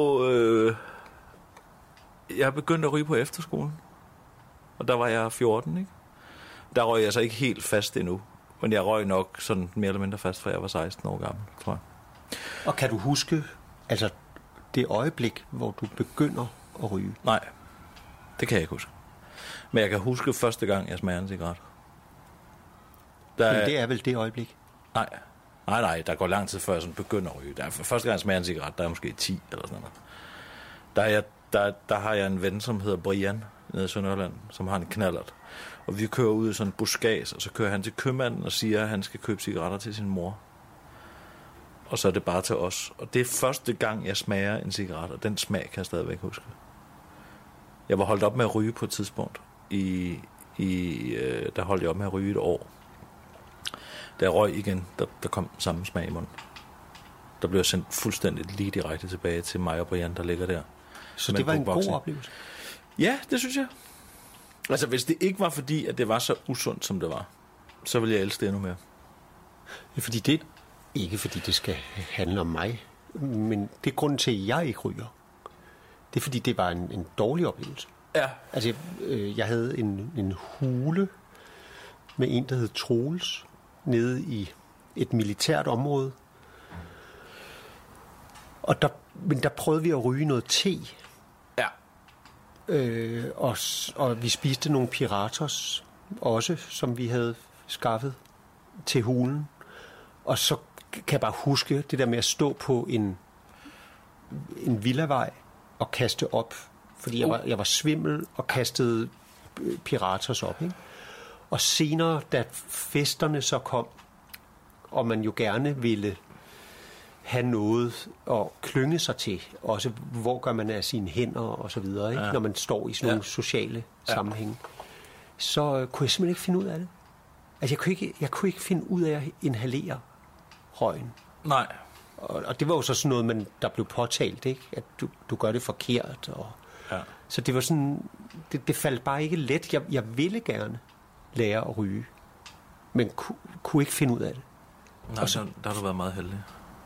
at ryge på efterskolen. Og der var jeg 14, ikke? Der røg jeg så ikke helt fast endnu. Men jeg røg nok sådan mere eller mindre fast, for jeg var 16 år gammel, tror jeg. Og kan du huske, altså det øjeblik, hvor du begynder at ryge? Nej, det kan jeg ikke huske. Men jeg kan huske første gang, jeg smager en cigaret. Men det er vel det øjeblik? Nej, der går lang tid før jeg sådan begynder at ryge. Første gang jeg smager en cigaret, der er måske 10 eller sådan noget. Der har jeg en ven, som hedder Brian, nede i Sønderjylland, som har en knallert. Og vi kører ud i sådan en buskads, og så kører han til købmanden og siger, at han skal købe cigaretter til sin mor. Og så er det bare til os. Og det er første gang, jeg smager en cigaret, og den smag kan jeg stadigvæk huske. Jeg var holdt op med at ryge på et tidspunkt. Der holdt jeg op med at ryge et år. Da jeg røg igen, der kom samme smag i munden. Der blev jeg sendt fuldstændig lige direkte tilbage til mig og Brian, der ligger der. Så det var en god oplevelse? Ja, det synes jeg. Altså, hvis det ikke var fordi, at det var så usundt, som det var, så ville jeg elske det endnu mere. Ja, fordi det ikke fordi det skal handle om mig, men det er grunden til, at jeg ikke ryger. Det er fordi, det var en dårlig oplevelse. Ja. Altså, jeg havde en hule med en, der hed Troels, nede i et militært område. Men der prøvede vi at ryge noget te. Ja. Og vi spiste nogle piratos også, som vi havde skaffet til hulen. Og så kan jeg bare huske det der med at stå på en villavej og kaste op. Fordi jeg var svimmel og kastede piratos op, ikke? Og senere, da festerne så kom, og man jo gerne ville have noget at klynge sig til, også hvor gør man af sine hænder og så videre, ikke? Ja. Når man står i sådan nogle sociale sammenhænge, så kunne jeg simpelthen ikke finde ud af det. Altså jeg kunne ikke finde ud af at inhalere røgen. Nej. Og det var jo så sådan noget, der blev påtalt, ikke? At du gør det forkert. Så det var sådan, det faldt bare ikke let. Jeg ville gerne. lære at ryge, men kunne ikke finde ud af det. Nej, så, der har du været meget heldig.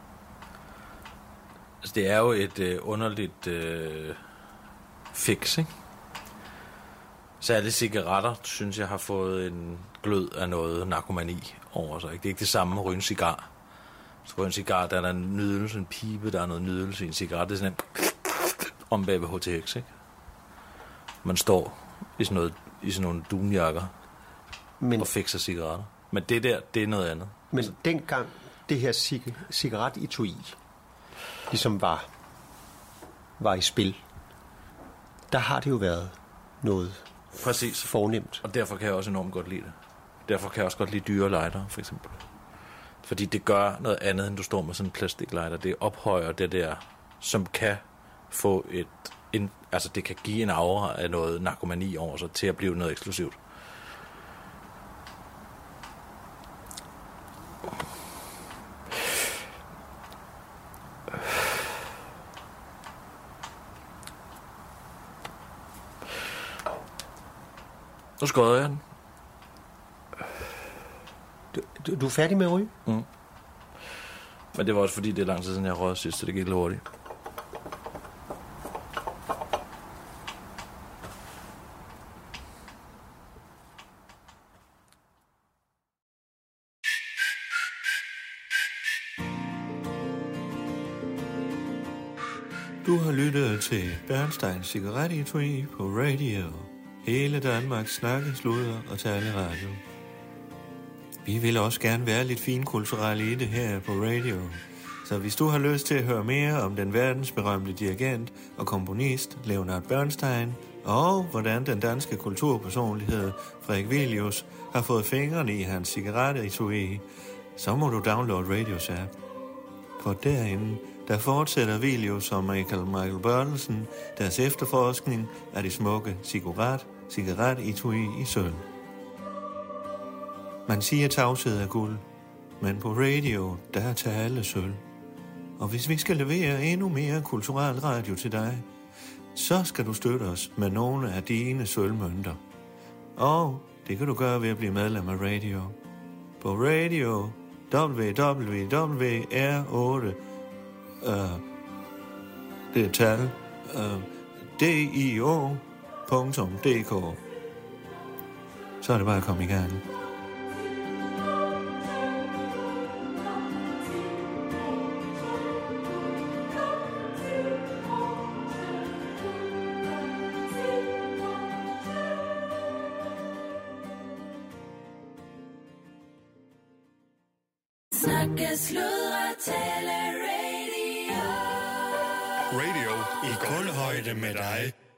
Altså, det er jo et underligt fix, ikke? Særligt cigaretter, synes jeg, har fået en glød af noget narkomani over sig. Ikke? Det er ikke det samme at ryge en cigar. Så ryge en cigar, der er en nydelse, en pibe, der er noget nydelse i en cigaret. Det er sådan en om bag ved HTX, ikke? Man står i sådan nogle dunjakker og fikser cigaretter. Men det der, det er noget andet. Men altså, dengang det her cigaret-etui ligesom var i spil, der har det jo været noget præcis fornemt. Og derfor kan jeg også enormt godt lide det. Derfor kan jeg også godt lide dyre lighter, for eksempel. Fordi det gør noget andet, end du står med sådan en plastiklighter. Det ophøjer det der, som kan få altså det kan give en aura af noget narkomani over sig, til at blive noget eksklusivt. Nu skåder jeg den. Du er færdig med at ryge? Mm. Men det var også fordi, det er lang tid siden, jeg røg sidst, så det gik lidt hurtigt. Du har lyttet til Bernsteins cigaret-etui på radio. Hele Danmarks snakke, sludder og taleradio. Vi vil også gerne være lidt finkulturelle i det her på radio. Så hvis du har lyst til at høre mere om den verdensberømte dirigent og komponist Leonard Bernstein, og hvordan den danske kulturpersonlighed Frederik Vilius har fået fingrene i hans cigaret-etui, så må du downloade Radios app. For derinde, der fortsætter Vilius og Michael Bertelsen deres efterforskning af de smukke cigaret-etui i sølv. Man siger tavshed af guld, men på radio, der er tale sølv. Og hvis vi skal levere endnu mere kulturel radio til dig, så skal du støtte os med nogle af dine sølvmønter. Og det kan du gøre ved at blive medlem af radio. På radio www.r8 det er tal dio.dk. Så er det bare at komme i gang. Snakke, sludre, tale, radio. Radio i kulhøjde med dig.